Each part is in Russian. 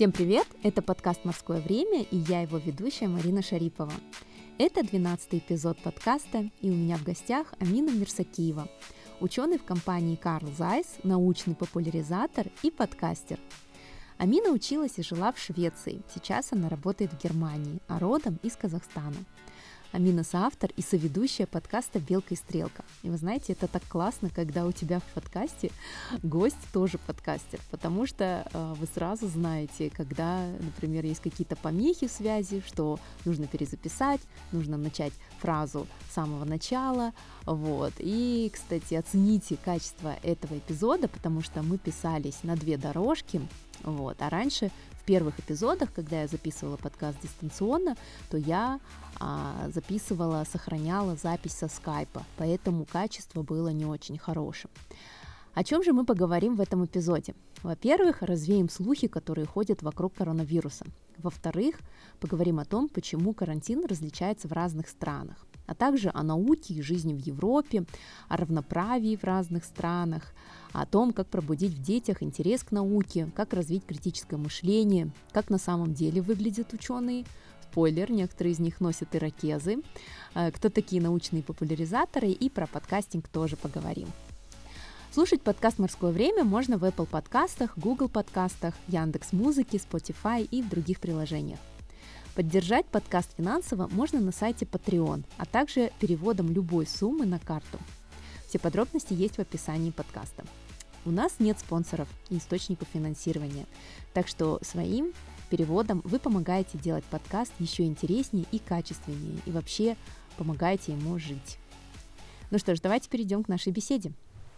Всем привет! Это подкаст «Морское время» и я его ведущая Марина Шарипова. Это 12-й эпизод подкаста, и у меня в гостях Амина Мирсакиева, ученый в компании Carl Zeiss, научный популяризатор и подкастер. Амина училась и жила в Швеции, сейчас она работает в Германии, а родом из Казахстана. Амина соавтор и соведущая подкаста «Белка и стрелка». И вы знаете, это так классно, когда у тебя в подкасте гость тоже подкастер, потому что вы сразу знаете, когда, например, есть какие-то помехи в связи, что нужно перезаписать, нужно начать фразу с самого начала. Вот. И, кстати, оцените качество этого эпизода, потому что мы писались на 2 дорожки, вот. А раньше в первых эпизодах, когда я записывала подкаст дистанционно, то я сохраняла запись со скайпа, поэтому качество было не очень хорошим. О чем же мы поговорим в этом эпизоде? Во-первых, развеем слухи, которые ходят вокруг коронавируса. Во-вторых, поговорим о том, почему карантин различается в разных странах, а также о науке и жизни в Европе, о равноправии в разных странах, о том, как пробудить в детях интерес к науке, как развить критическое мышление, как на самом деле выглядят ученые. Спойлер, некоторые из них носят ирокезы, кто такие научные популяризаторы, и про подкастинг тоже поговорим. Слушать подкаст «Морское время» можно в Apple подкастах, Google подкастах, Яндекс.Музыке, Spotify и в других приложениях. Поддержать подкаст финансово можно на сайте Patreon, а также переводом любой суммы на карту. Все подробности есть в описании подкаста. У нас нет спонсоров и источников финансирования, так что своим переводом вы помогаете делать подкаст еще интереснее и качественнее, и вообще помогаете ему жить. Ну что ж, давайте перейдем к нашей беседе.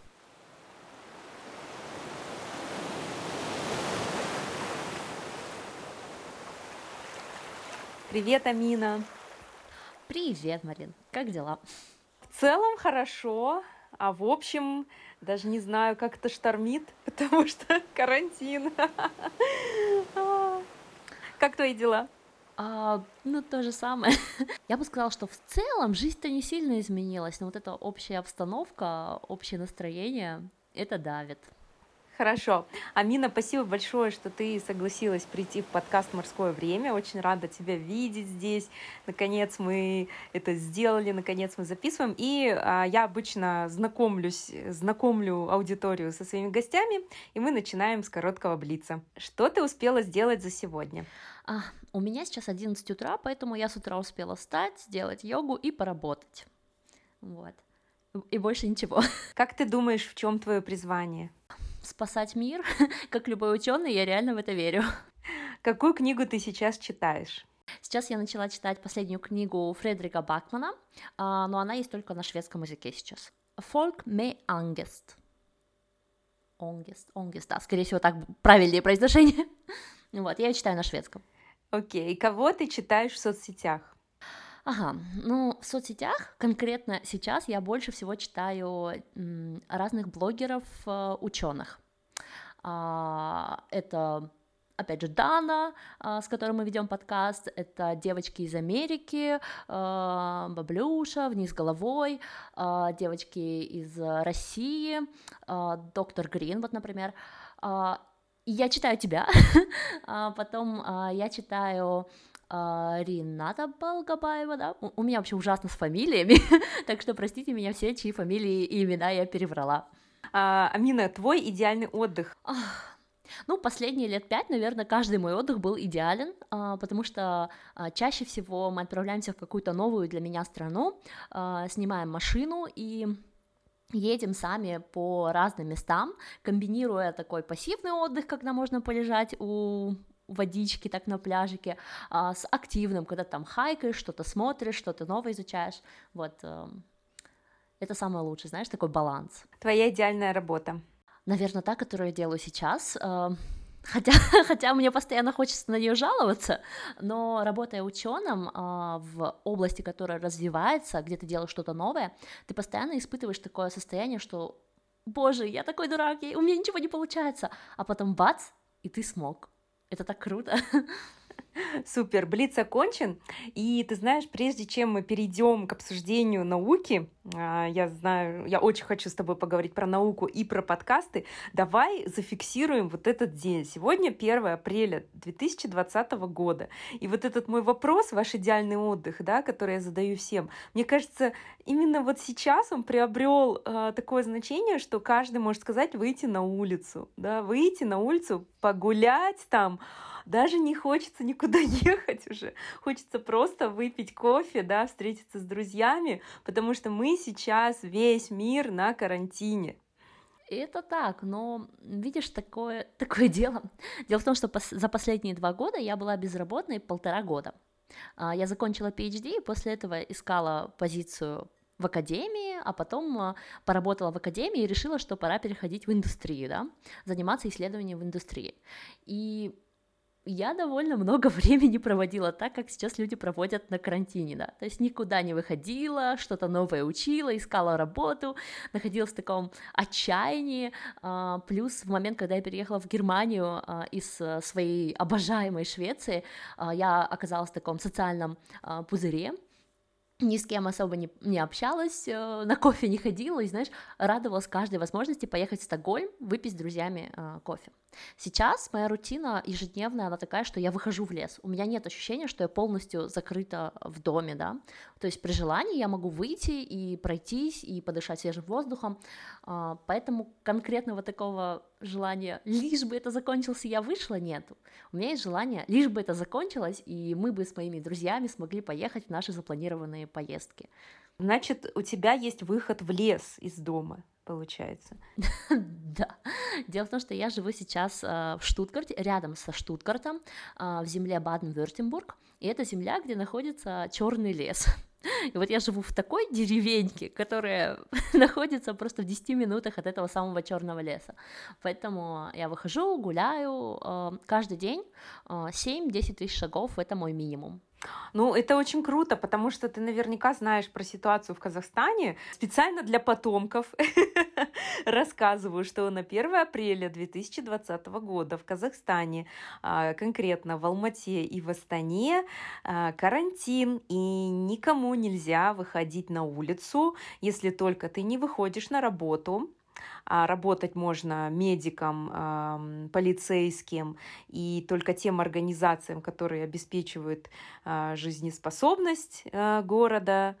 Привет, Амина. Привет, Марин. Как дела? В целом хорошо, а в общем даже не знаю, как это штормит, потому что карантин. Как твои дела? То же самое. Я бы сказала, что в целом жизнь-то не сильно изменилась, но вот эта общая обстановка, общее настроение, это давит. Хорошо. Амина, спасибо большое, что ты согласилась прийти в подкаст «Морское время». Очень рада тебя видеть здесь. Наконец мы это сделали, наконец мы записываем. И я обычно знакомлю аудиторию со своими гостями, и мы начинаем с короткого блица. Что ты успела сделать за сегодня? У меня сейчас 11 утра, поэтому я с утра успела встать, сделать йогу и поработать. Вот. И больше ничего. Как ты думаешь, в чем твое призвание? Спасать мир, как любой ученый, я реально в это верю. Какую книгу ты сейчас читаешь? Сейчас я начала читать последнюю книгу Фредерика Бакмана, но она есть только на шведском языке сейчас. «Folk med angst». Онгест, да, скорее всего, так правильнее произношение. Вот, я ее читаю на шведском. Окей, кого ты читаешь в соцсетях? В соцсетях конкретно сейчас я больше всего читаю разных блогеров, ученых. Это, опять же, Дана, с которой мы ведем подкаст, это девочки из Америки, Баблюша, «Вниз головой», девочки из России, доктор Грин, вот, например. Я читаю тебя, потом я читаю Рината Балгабаева, да, у меня вообще ужасно с фамилиями, так что простите меня все, чьи фамилии и имена я переврала. Амина, твой идеальный отдых? Последние лет 5, наверное, каждый мой отдых был идеален, потому что чаще всего мы отправляемся в какую-то новую для меня страну, снимаем машину и едем сами по разным местам, комбинируя такой пассивный отдых, когда можно полежать у водички так на пляжике, с активным, когда там хайкаешь, что-то смотришь, что-то новое изучаешь, вот, это самое лучшее, знаешь, такой баланс. Твоя идеальная работа? Наверное, та, которую я делаю сейчас, хотя мне постоянно хочется на нее жаловаться, но работая ученым в области, которая развивается, где ты делаешь что-то новое, ты постоянно испытываешь такое состояние, что, боже, я такой дурак, у меня ничего не получается, а потом бац, и ты смог. Это так круто. Супер, блиц окончен. И ты знаешь, прежде чем мы перейдем к обсуждению науки, я знаю, я очень хочу с тобой поговорить про науку и про подкасты, давай зафиксируем вот этот день. Сегодня 1 апреля 2020 года. И вот этот мой вопрос, ваш идеальный отдых, да, который я задаю всем, мне кажется, именно вот сейчас он приобрел такое значение, что каждый может сказать выйти на улицу, да, выйти на улицу, погулять там. Даже не хочется никуда ехать уже. Хочется просто выпить кофе, да, встретиться с друзьями, потому что мы сейчас весь мир на карантине. Это так, но видишь, такое дело. Дело в том, что за последние 2 года я была безработной 1,5 года. Я закончила PhD, и после этого искала позицию в академии, а потом поработала в академии и решила, что пора переходить в индустрию, да, заниматься исследованием в индустрии. И я довольно много времени проводила так, как сейчас люди проводят на карантине, да, то есть никуда не выходила, что-то новое учила, искала работу, находилась в таком отчаянии, плюс в момент, когда я переехала в Германию из своей обожаемой Швеции, я оказалась в таком социальном пузыре, ни с кем особо не общалась, на кофе не ходила и, знаешь, радовалась каждой возможности поехать в Стокгольм, выпить с друзьями кофе. Сейчас моя рутина ежедневная, она такая, что я выхожу в лес. У меня нет ощущения, что я полностью закрыта в доме, да. То есть при желании я могу выйти и пройтись, и подышать свежим воздухом. Поэтому конкретного такого желания, лишь бы это закончилось, и я вышла, нету. У меня есть желание, лишь бы это закончилось, и мы бы с моими друзьями смогли поехать в наши запланированные поездки. Значит, у тебя есть выход в лес из дома, получается. Да. Дело в том, что я живу сейчас в Штутгарте, рядом со Штутгартом, в земле Баден-Вюртембург, и это земля, где находится черный лес. И вот я живу в такой деревеньке, которая находится просто в 10 минутах от этого самого черного леса. Поэтому я выхожу, гуляю каждый день, 7-10 тысяч шагов — это мой минимум. Ну, это очень круто, потому что ты наверняка знаешь про ситуацию в Казахстане. Специально для потомков рассказываю, что на 1 апреля 2020 года в Казахстане, конкретно в Алмате и в Астане, карантин, и никому нельзя выходить на улицу, если только ты не выходишь на работу. Работать можно медикам, полицейским и только тем организациям, которые обеспечивают жизнеспособность города.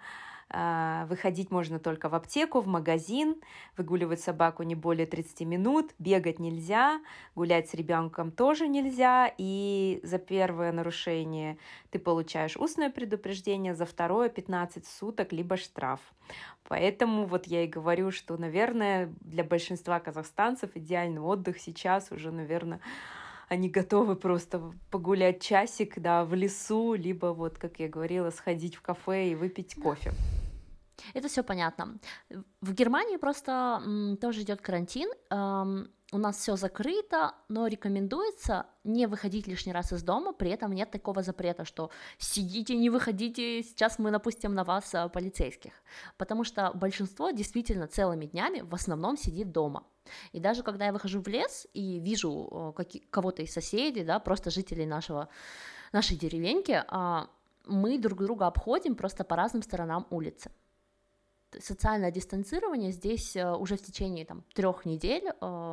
Выходить можно только в аптеку, в магазин, выгуливать собаку не более 30 минут, бегать нельзя, гулять с ребенком тоже нельзя, и за первое нарушение ты получаешь устное предупреждение, за второе 15 суток, либо штраф. Поэтому вот я и говорю, что, наверное, для большинства казахстанцев идеальный отдых сейчас уже, наверное, они готовы просто погулять часик, да, в лесу, либо вот, как я говорила, сходить в кафе и выпить кофе. Это все понятно. В Германии просто тоже идет карантин. У нас все закрыто, но рекомендуется не выходить лишний раз из дома, при этом нет такого запрета, что сидите, не выходите, сейчас мы напустим на вас полицейских, потому что большинство действительно целыми днями в основном сидит дома. И даже когда я выхожу в лес и вижу кого-то из соседей, да, просто жителей нашей деревеньки, мы друг друга обходим просто по разным сторонам улицы. Социальное дистанцирование здесь уже в течение 3 недель,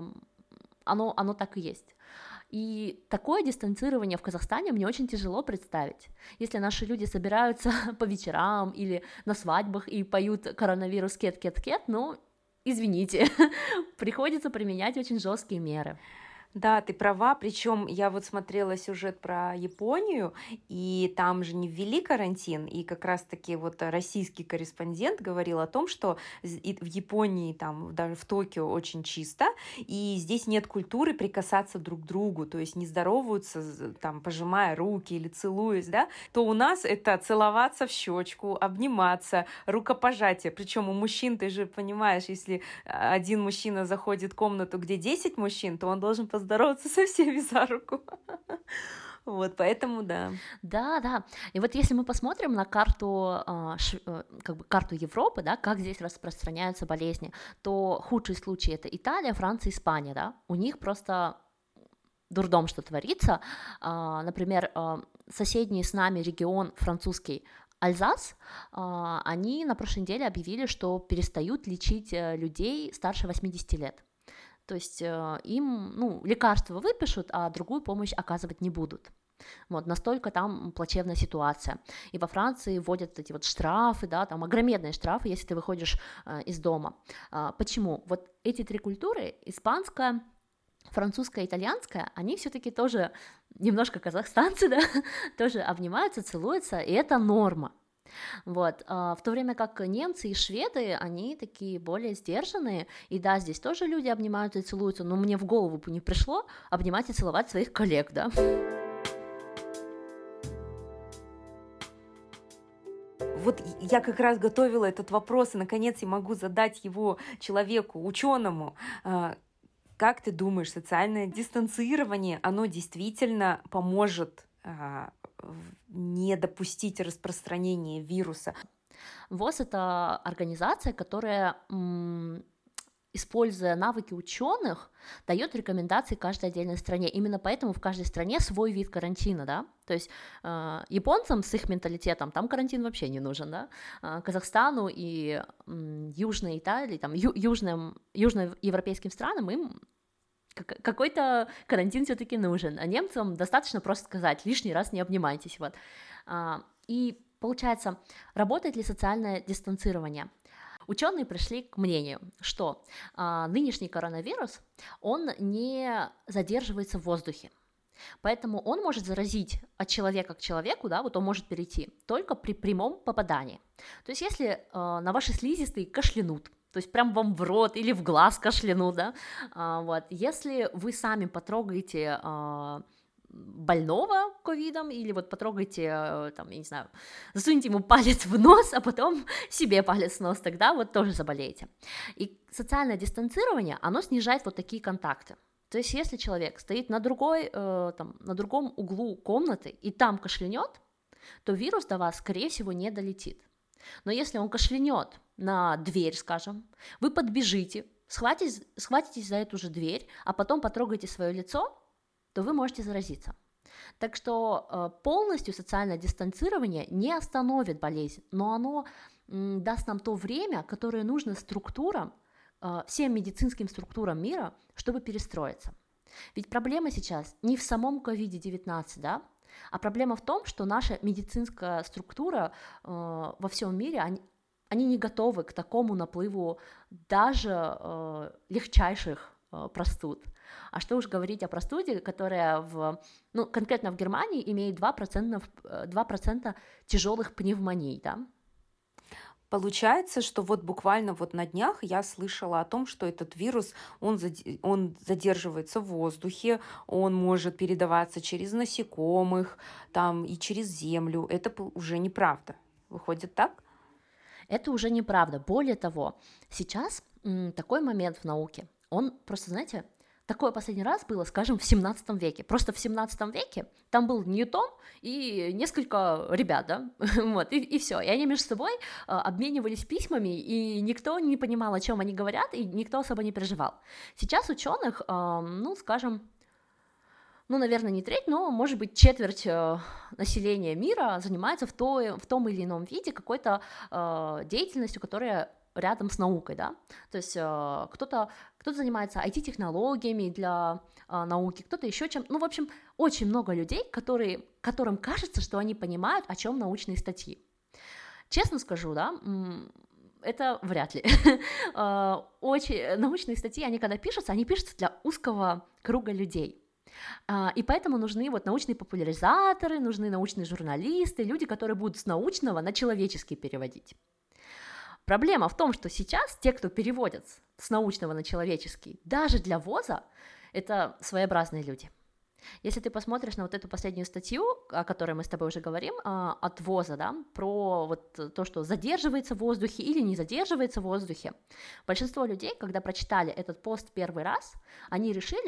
оно так и есть. И такое дистанцирование в Казахстане мне очень тяжело представить. Если наши люди собираются по вечерам или на свадьбах и поют «Коронавирус, кет, кет, кет», ну, извините, приходится применять очень жесткие меры. Да, ты права, причем я вот смотрела сюжет про Японию, и там же не ввели карантин, и как раз-таки вот российский корреспондент говорил о том, что в Японии, там, даже в Токио очень чисто, и здесь нет культуры прикасаться друг к другу, то есть не здороваются, там, пожимая руки или целуясь, да, то у нас это целоваться в щечку, обниматься, рукопожатие, причем у мужчин, ты же понимаешь, если один мужчина заходит в комнату, где 10 мужчин, то он должен поздороваться со всеми за руку. Вот, поэтому да. Да. И вот если мы посмотрим на карту, карту Европы, да, как здесь распространяются болезни, то худшие случаи — это Италия, Франция, Испания, да. У них просто дурдом, что творится. Например, соседний с нами регион французский Альзас, они на прошлой неделе объявили, что перестают лечить людей старше 80 лет. То есть им лекарства выпишут, а другую помощь оказывать не будут. Вот, настолько там плачевная ситуация. И во Франции вводят эти вот штрафы, да, там огроменные штрафы, если ты выходишь из дома. Почему? Вот эти три культуры, испанская, французская, итальянская, они все-таки тоже немножко казахстанцы, да, тоже обнимаются, целуются, и это норма. Вот, в то время как немцы и шведы, они такие более сдержанные, и да, здесь тоже люди обнимаются и целуются, но мне в голову бы не пришло обнимать и целовать своих коллег, да. Вот я как раз готовила этот вопрос, и наконец я могу задать его человеку, ученому. Как ты думаешь, социальное дистанцирование, оно действительно поможет не допустить распространения вируса? ВОЗ — это организация, которая, используя навыки ученых, дает рекомендации каждой отдельной стране. Именно поэтому в каждой стране свой вид карантина, да. То есть японцам с их менталитетом там карантин вообще не нужен, да. Казахстану и Южной Италии, там южноевропейским странам им какой-то карантин все-таки нужен, а немцам достаточно просто сказать: лишний раз не обнимайтесь, вот. И получается, работает ли социальное дистанцирование? Ученые пришли к мнению, что нынешний коронавирус, он не задерживается в воздухе, поэтому он может заразить от человека к человеку, да, вот он может перейти только при прямом попадании. То есть если на ваши слизистые кашлянут, то есть прям вам в рот или в глаз кашлянут, да, вот, если вы сами потрогаете больного ковидом, или вот потрогайте, там, я не знаю, засуньте ему палец в нос, а потом себе палец в нос, тогда вот тоже заболеете. И социальное дистанцирование, оно снижает вот такие контакты. То есть если человек стоит на другом углу комнаты и там кашлянет, то вирус до вас, скорее всего, не долетит. Но если он кашлянет на дверь, скажем, вы подбежите, схватитесь за эту же дверь, а потом потрогаете свое лицо, то вы можете заразиться. Так что полностью социальное дистанцирование не остановит болезнь, но оно даст нам то время, которое нужно структурам, всем медицинским структурам мира, чтобы перестроиться. Ведь проблема сейчас не в самом COVID-19, да, а проблема в том, что наша медицинская структура во всем мире, они не готовы к такому наплыву даже легчайших простуд. А что уж говорить о простуде, которая конкретно в Германии имеет 2% тяжелых пневмоний, да? Получается, что вот буквально вот на днях я слышала о том, что этот вирус, он задерживается в воздухе, он может передаваться через насекомых, там, и через землю. Это уже неправда. Выходит так? Это уже неправда. Более того, сейчас такой момент в науке, он просто, знаете, такое последний раз было, скажем, в 17 веке. Просто в 17 веке там был Ньютон и несколько ребят, да, вот, и все. И они между собой обменивались письмами, и никто не понимал, о чем они говорят, и никто особо не переживал. Сейчас ученых, скажем, наверное, не треть, но, может быть, четверть населения мира занимается в том или ином виде какой-то деятельностью, которая рядом с наукой, да, то есть кто-то занимается IT-технологиями для науки, кто-то еще чем, в общем, очень много людей, которым кажется, что они понимают, о чем научные статьи. Честно скажу, да, это вряд ли. Научные статьи, они когда пишутся, они пишутся для узкого круга людей. И поэтому нужны вот научные популяризаторы, нужны научные журналисты, люди, которые будут с научного на человеческий переводить. Проблема в том, что сейчас те, кто переводят с научного на человеческий, даже для ВОЗа, это своеобразные люди. Если ты посмотришь на вот эту последнюю статью, о которой мы с тобой уже говорим, от ВОЗа, да, про вот то, что задерживается в воздухе или не задерживается в воздухе, большинство людей, когда прочитали этот пост первый раз, они решили,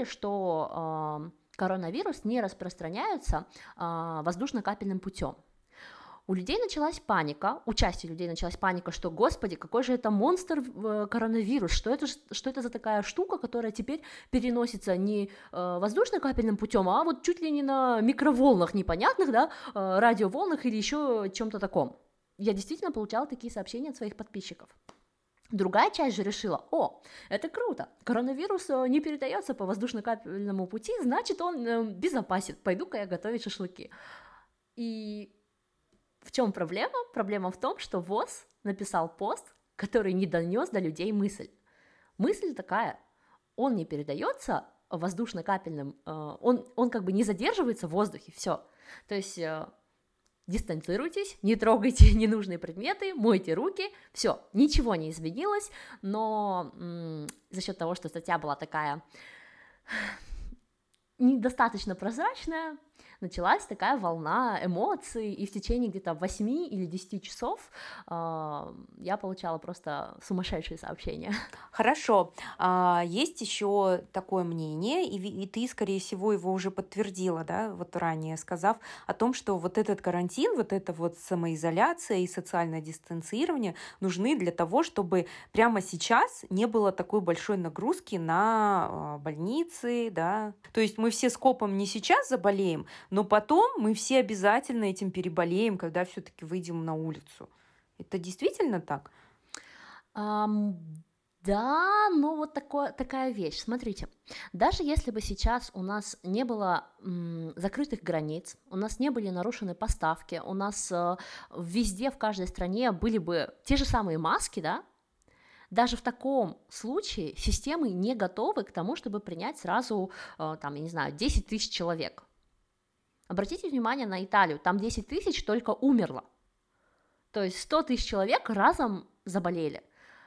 что коронавирус не распространяется воздушно-капельным путем. у людей началась паника, у части людей началась паника, что, господи, какой же это монстр коронавирус, что это за такая штука, которая теперь переносится не воздушно-капельным путем, а вот чуть ли не на микроволнах непонятных, да, радиоволнах или еще чем-то таком. Я действительно получала такие сообщения от своих подписчиков. Другая часть же решила: о, это круто, коронавирус не передается по воздушно-капельному пути, значит, он безопасен, пойду-ка я готовить шашлыки. И в чем проблема? Проблема в том, что ВОЗ написал пост, который не донес до людей мысль. Мысль такая: он не передается воздушно-капельным, он как бы не задерживается в воздухе, все. То есть дистанцируйтесь, не трогайте ненужные предметы, мойте руки, все, ничего не изменилось, но за счет того, что статья была такая недостаточно прозрачная, началась такая волна эмоций, и в течение где-то 8 или 10 часов я получала просто сумасшедшие сообщения. Хорошо. Есть еще такое мнение, и ты, скорее всего, его уже подтвердила, да, вот ранее сказав о том, что вот этот карантин, вот эта вот самоизоляция и социальное дистанцирование нужны для того, чтобы прямо сейчас не было такой большой нагрузки на больницы, да. То есть мы все скопом не сейчас заболеем, но потом мы все обязательно этим переболеем, когда все-таки выйдем на улицу. Это действительно так? Да, ну вот такая вещь. Смотрите, даже если бы сейчас у нас не было закрытых границ, у нас не были нарушены поставки, у нас везде, в каждой стране были бы те же самые маски, да, даже в таком случае системы не готовы к тому, чтобы принять сразу, там, я не знаю, 10 тысяч человек. Обратите внимание на Италию, там 10 тысяч только умерло. То есть 100 тысяч человек разом заболели.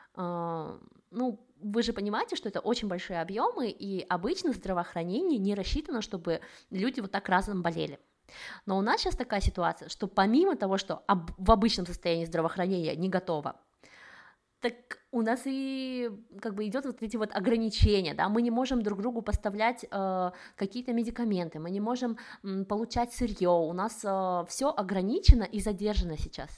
Ну, вы же понимаете, что это очень большие объемы, и обычно здравоохранение не рассчитано, чтобы люди вот так разом болели. Но у нас сейчас такая ситуация, что помимо того, что в обычном состоянии здравоохранения не готово, так у нас и как бы идет вот эти вот ограничения, да, мы не можем друг другу поставлять какие-то медикаменты, мы не можем получать сырье, у нас все ограничено и задержано сейчас.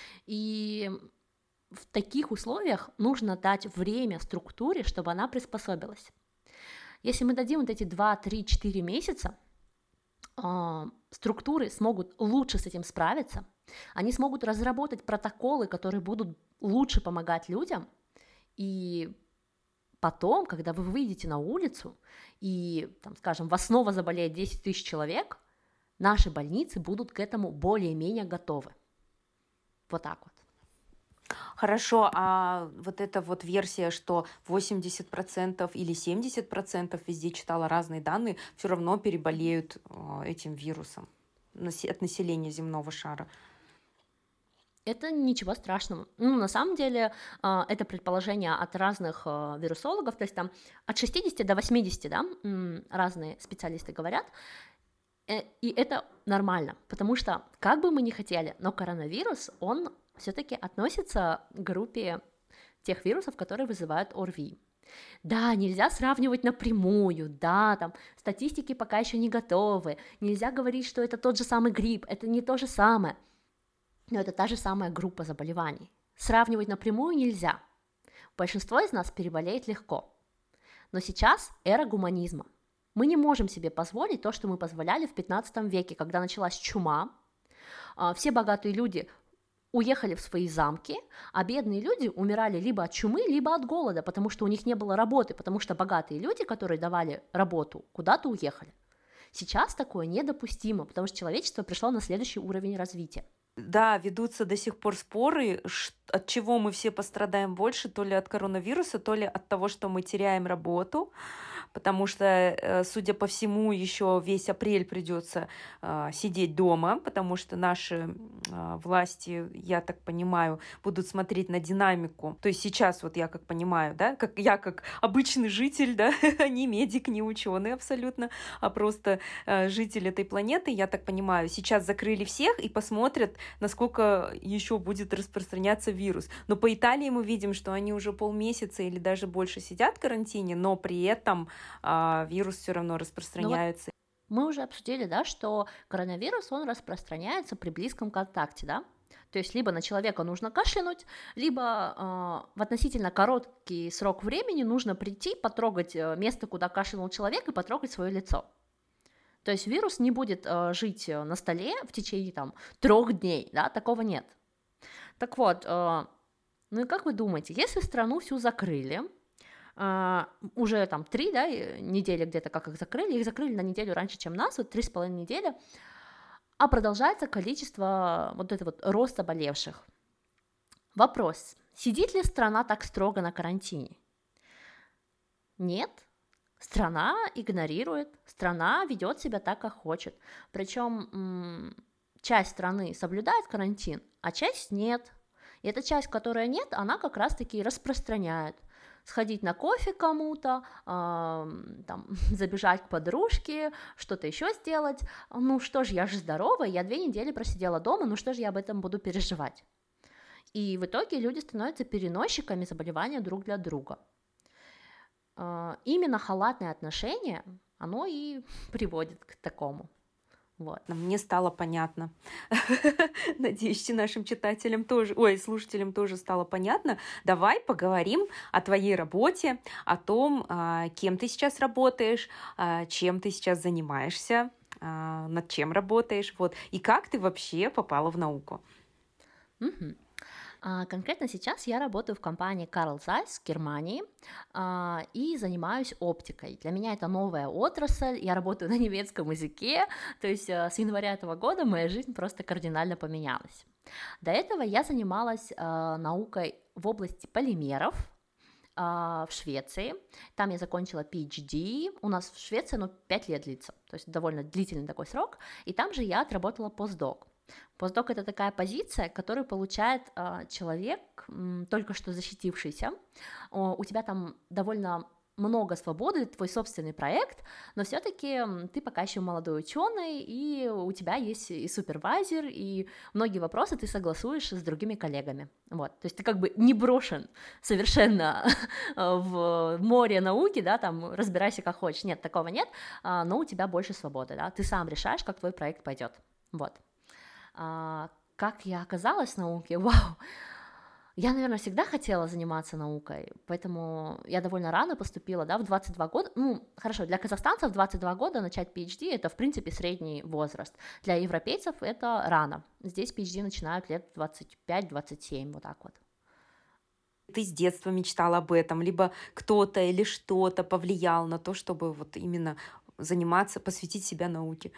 И в таких условиях нужно дать время структуре, чтобы она приспособилась. Если мы дадим вот эти 2, 3, 4 месяца, структуры смогут лучше с этим справиться, они смогут разработать протоколы, которые будут лучше помогать людям, и потом, когда вы выйдете на улицу, и, там, скажем, вас снова заболеет 10 тысяч человек, наши больницы будут к этому более-менее готовы. Вот так вот. Хорошо, а вот эта вот версия, что 80% или 70%, везде читала разные данные, все равно переболеют этим вирусом от населения земного шара. Это ничего страшного. Ну, на самом деле, это предположение от разных вирусологов, то есть там от 60 до 80, да, разные специалисты говорят, и это нормально, потому что, как бы мы ни хотели, но коронавирус, он все-таки относится к группе тех вирусов, которые вызывают ОРВИ. Да, нельзя сравнивать напрямую, да, там статистики пока еще не готовы, нельзя говорить, что это тот же самый грипп, это не то же самое, но это та же самая группа заболеваний. Сравнивать напрямую нельзя. Большинство из нас переболеет легко. Но сейчас эра гуманизма. Мы не можем себе позволить то, что мы позволяли в 15 веке, когда началась чума. Все богатые люди уехали в свои замки, а бедные люди умирали либо от чумы, либо от голода, потому что у них не было работы, потому что богатые люди, которые давали работу, куда-то уехали. Сейчас такое недопустимо, потому что человечество пришло на следующий уровень развития. Да, ведутся до сих пор споры, от чего мы все пострадаем больше, то ли от коронавируса, то ли от того, что мы теряем работу, потому что, судя по всему, еще весь апрель придется сидеть дома, потому что наши власти, я так понимаю, будут смотреть на динамику. То есть сейчас, вот я как понимаю, да, как обычный житель, да, не медик, не ученый абсолютно, а просто житель этой планеты, я так понимаю, сейчас закрыли всех и посмотрят, насколько еще будет распространяться вирус. Но по Италии мы видим, что они уже полмесяца или даже больше сидят в карантине, но при этом вирус все равно распространяется. Мы уже обсудили, да, что коронавирус, он распространяется при близком контакте, да, то есть либо на человека нужно кашлянуть, либо в относительно короткий срок времени нужно прийти, потрогать место, куда кашлянул человек, и потрогать свое лицо. То есть вирус не будет жить на столе в течение 3 дней, да, такого нет. Так вот, ну и как вы думаете, если страну всю закрыли, уже 3, да, недели где-то как их закрыли на неделю раньше, чем нас, 3,5 недели, а продолжается количество рост заболевших. Вопрос, сидит ли страна так строго на карантине? Нет, страна игнорирует, страна ведет себя так, как хочет. Причем часть страны соблюдает карантин, а часть нет. И эта часть, которая нет, она как раз-таки распространяет. Сходить на кофе кому-то, забежать к подружке, что-то еще сделать. Ну что ж, я же здоровая, я 2 недели просидела дома, ну что ж я об этом буду переживать? И в итоге люди становятся переносчиками заболевания друг для друга. Именно халатное отношение, оно и приводит к такому. Вот. Мне стало понятно. Надеюсь, нашим читателям тоже, слушателям тоже стало понятно. Давай поговорим о твоей работе, о том, кем ты сейчас работаешь, чем ты сейчас занимаешься, над чем работаешь, и как ты вообще попала в науку. Конкретно сейчас я работаю в компании Carl Zeiss в Германии и занимаюсь оптикой. Для меня это новая отрасль, я работаю на немецком языке, то есть с января этого года моя жизнь просто кардинально поменялась. До этого я занималась наукой в области полимеров в Швеции, там я закончила PhD, у нас в Швеции 5 лет длится, то есть довольно длительный такой срок, и там же я отработала постдок. Постдок — это такая позиция, которую получает человек, только что защитившийся. У тебя там довольно много свободы, твой собственный проект, но все-таки ты пока еще молодой ученый, и у тебя есть и супервайзер, и многие вопросы ты согласуешь с другими коллегами. Вот. То есть ты как бы не брошен совершенно в море науки, да, разбирайся как хочешь. Нет, такого нет, но у тебя больше свободы, да, ты сам решаешь, как твой проект пойдет. Вот. Как я оказалась в науке? Вау! Я, наверное, всегда хотела заниматься наукой, поэтому я довольно рано поступила, да, в 22 года. Хорошо, для казахстанцев 22 года начать PhD — это, в принципе, средний возраст. Для европейцев это рано. Здесь PhD начинают лет 25-27, вот так вот. Ты с детства мечтала об этом, либо кто-то или что-то повлиял на то, чтобы именно заниматься, посвятить себя науке?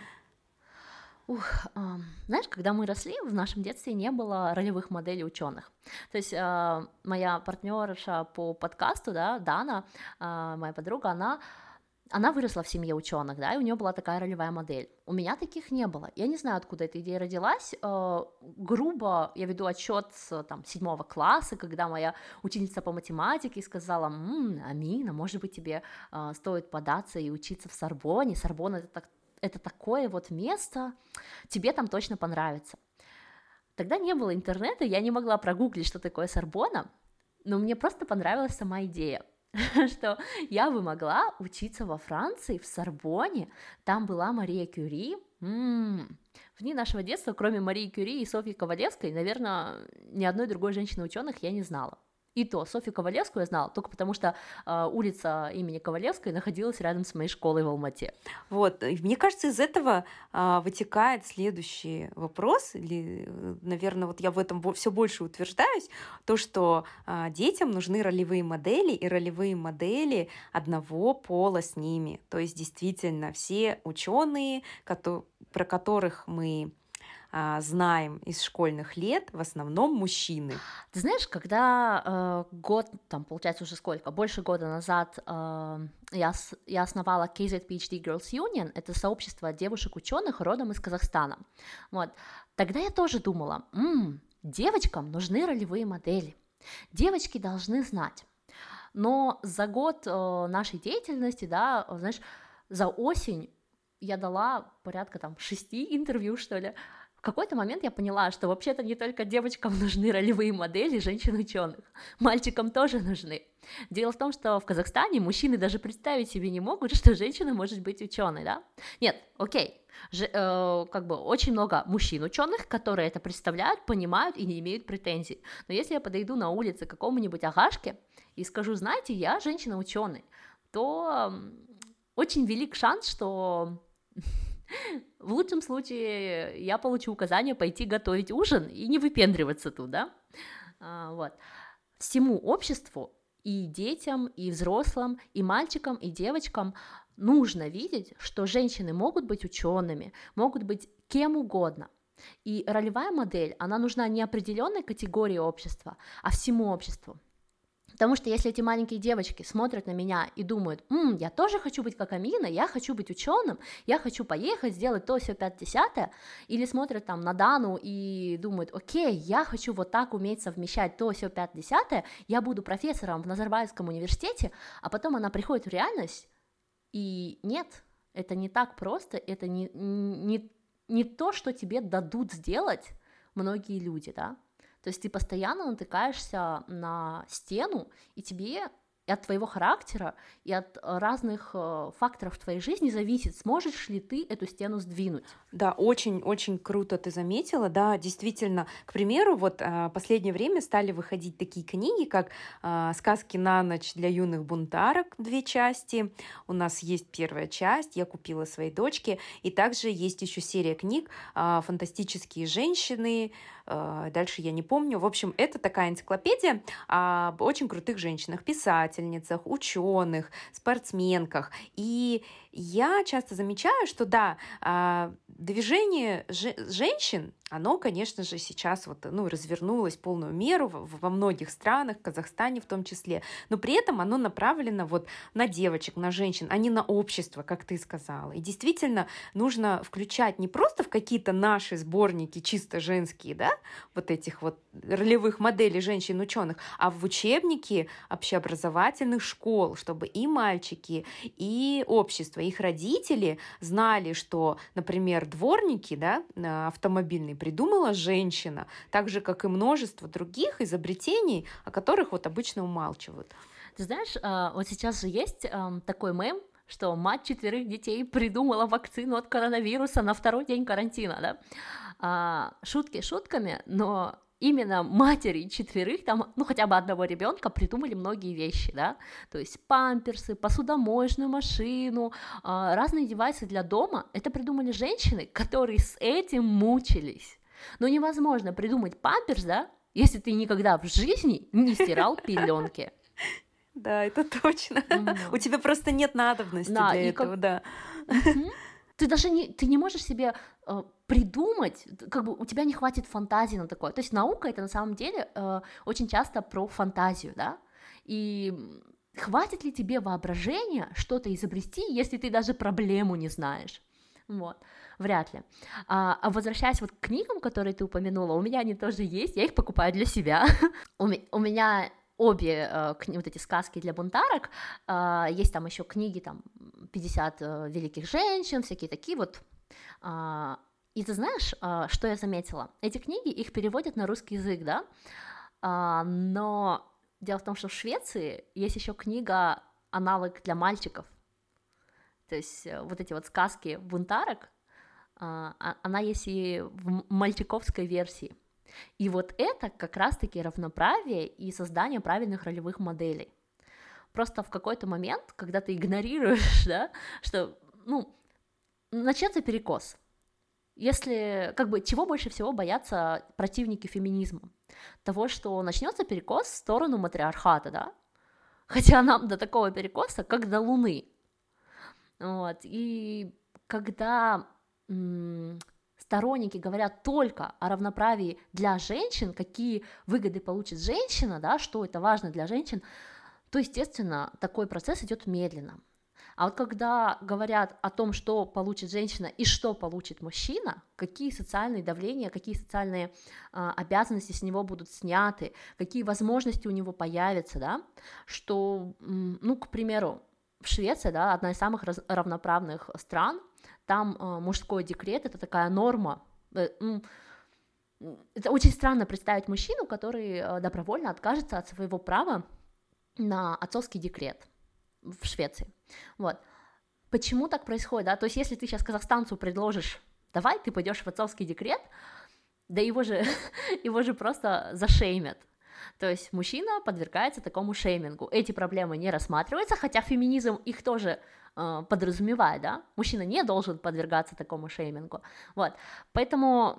Знаешь, когда мы росли, в нашем детстве не было ролевых моделей ученых. То есть моя партнерша по подкасту, да, Дана, моя подруга, она выросла в семье ученых, да, и у нее была такая ролевая модель. У меня таких не было. Я не знаю, откуда эта идея родилась. Грубо я веду отчет с 7 класса, когда моя ученица по математике сказала: Амина, может быть, тебе стоит податься и учиться в Сорбоне. Сорбон — это такое место, тебе там точно понравится. Тогда не было интернета, я не могла прогуглить, что такое Сорбона, но мне просто понравилась сама идея, что я бы могла учиться во Франции, в Сорбоне, там была Мария Кюри. В дни нашего детства, кроме Марии Кюри и Софьи Ковалевской, наверное, ни одной другой женщины-ученых я не знала. И то Софью Ковалевскую я знала только потому, что улица имени Ковалевской находилась рядом с моей школой в Алмате. Мне кажется, из этого вытекает следующий вопрос, или, наверное, я в этом все больше утверждаюсь, то, что детям нужны ролевые модели, и ролевые модели одного пола с ними. То есть, действительно, все ученые, про которых мы знаем из школьных лет, в основном мужчины. Ты знаешь, когда год, получается уже больше года назад я основала KZ PhD Girls Union, это сообщество девушек-ученых родом из Казахстана. Тогда я тоже думала, девочкам нужны ролевые модели, девочки должны знать. Но за год нашей деятельности, да, знаешь, за осень я дала порядка 6 интервью, что ли. В какой-то момент я поняла, что вообще-то не только девочкам нужны ролевые модели женщин-ученых, мальчикам тоже нужны. Дело в том, что в Казахстане мужчины даже представить себе не могут, что женщина может быть ученой, да? Нет, окей, как бы очень много мужчин-ученых, которые это представляют, понимают и не имеют претензий. Но если я подойду на улице к какому-нибудь агашке и скажу, знаете, я женщина-ученый, то очень велик шанс, что в лучшем случае я получу указание пойти готовить ужин и не выпендриваться тут, да? Вот. Всему обществу, и детям, и взрослым, и мальчикам, и девочкам нужно видеть, что женщины могут быть учеными, могут быть кем угодно. И ролевая модель, она нужна не определенной категории общества, а всему обществу. Потому что если эти маленькие девочки смотрят на меня и думают, я тоже хочу быть как Амина, я хочу быть ученым, я хочу поехать, сделать то, сё, 5-10, или смотрят там на Дану и думают, окей, я хочу вот так уметь совмещать то, сё, 5-10, я буду профессором в Назарбаевском университете, а потом она приходит в реальность, и нет, это не так просто, это не то, что тебе дадут сделать многие люди, да. То есть ты постоянно натыкаешься на стену, и тебе и от твоего характера, и от разных факторов в твоей жизни зависит, сможешь ли ты эту стену сдвинуть. Да, очень-очень круто ты заметила, да, действительно. К примеру, вот в последнее время стали выходить такие книги, как «Сказки на ночь для юных бунтарок», 2 части. У нас есть первая часть, я купила своей дочке, и также есть еще серия книг «Фантастические женщины», дальше я не помню. В общем, это такая энциклопедия об очень крутых женщинах, писательницах, ученых, спортсменках. И я часто замечаю, что да, движение женщин, оно, конечно же, сейчас вот, развернулось в полную меру во многих странах, в Казахстане в том числе, но при этом оно направлено вот на девочек, на женщин, а не на общество, как ты сказала. И действительно нужно включать не просто в какие-то наши сборники чисто женские, да, вот этих вот ролевых моделей женщин-ученых, а в учебники общеобразовательных школ, чтобы и мальчики, и общество, их родители знали, что, например, дворники, да, автомобильные придумала женщина, так же, как и множество других изобретений, о которых вот обычно умалчивают. Ты знаешь, вот сейчас же есть такой мем, что мать 4 детей придумала вакцину от коронавируса на 2-й день карантина, да? Шутки шутками, но именно матери 4, там, хотя бы одного ребенка придумали многие вещи, да, то есть памперсы, посудомоечную машину, разные девайсы для дома, это придумали женщины, которые с этим мучились. Но невозможно придумать памперс, да, если ты никогда в жизни не стирал пеленки. Да, это точно. У тебя просто нет надобности для этого, да. Ты даже не можешь себе придумать, как бы у тебя не хватит фантазии на такое. То есть наука — это на самом деле очень часто про фантазию, да, и хватит ли тебе воображения что-то изобрести, если ты даже проблему не знаешь? Вот, вряд ли. А возвращаясь вот к книгам, которые ты упомянула, у меня они тоже есть, я их покупаю для себя. У меня обе вот эти сказки для бунтарок, есть там еще книги, там, 50 великих женщин, всякие такие вот. И ты знаешь, что я заметила? Эти книги, их переводят на русский язык, да, но дело в том, что в Швеции есть еще книга аналог для мальчиков, то есть вот эти вот сказки бунтарок, она есть и в мальчиковской версии. И вот это как раз-таки равноправие и создание правильных ролевых моделей. Просто в какой-то момент, когда ты игнорируешь, да, что, начнется перекос. Если, чего больше всего боятся противники феминизма? Того, что начнется перекос в сторону матриархата, да? Хотя нам до такого перекоса, как до Луны. Вот. И когда сторонники говорят только о равноправии для женщин, какие выгоды получит женщина, да, что это важно для женщин, то, естественно, такой процесс идет медленно. А вот когда говорят о том, что получит женщина и что получит мужчина, какие социальные давления, какие социальные обязанности с него будут сняты, какие возможности у него появятся, да, что, к примеру, в Швеции, да, одна из самых равноправных стран, там мужской декрет — это такая норма, Это очень странно представить мужчину, который добровольно откажется от своего права на отцовский декрет в Швеции. Вот. Почему так происходит, да? То есть если ты сейчас казахстанцу предложишь, давай ты пойдешь в отцовский декрет, да его же просто зашеймят. То есть мужчина подвергается такому шеймингу. Эти проблемы не рассматриваются, хотя феминизм их тоже подразумевает, да? Мужчина не должен подвергаться такому шеймингу. Вот. Поэтому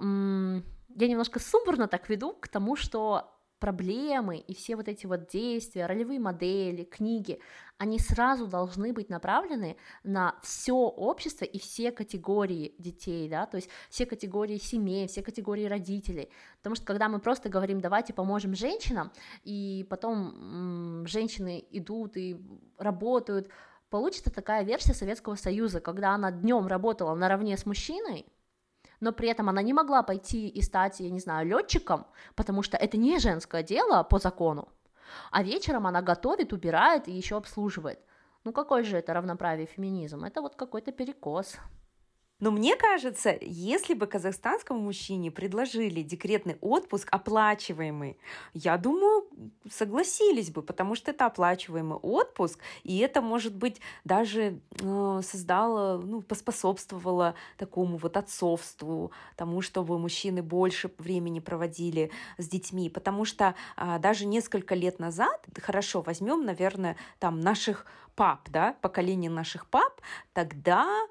я немножко сумбурно так веду к тому, что проблемы и все вот эти вот действия, ролевые модели, книги, они сразу должны быть направлены на все общество и все категории детей, да, то есть все категории семей, все категории родителей, потому что когда мы просто говорим, давайте поможем женщинам, и потом женщины идут и работают, получится такая версия Советского Союза, когда она днем работала наравне с мужчиной, но при этом она не могла пойти и стать, я не знаю, летчиком, потому что это не женское дело по закону, а вечером она готовит, убирает и еще обслуживает. Ну какой же это равноправие и феминизм? Это вот какой-то перекос. Но мне кажется, если бы казахстанскому мужчине предложили декретный отпуск оплачиваемый, я думаю, согласились бы, потому что это оплачиваемый отпуск, и это, может быть, даже создало, поспособствовало такому вот отцовству, тому, чтобы мужчины больше времени проводили с детьми, потому что даже несколько лет назад, хорошо, возьмем, наверное, там наших пап, да, поколение наших пап, тогда,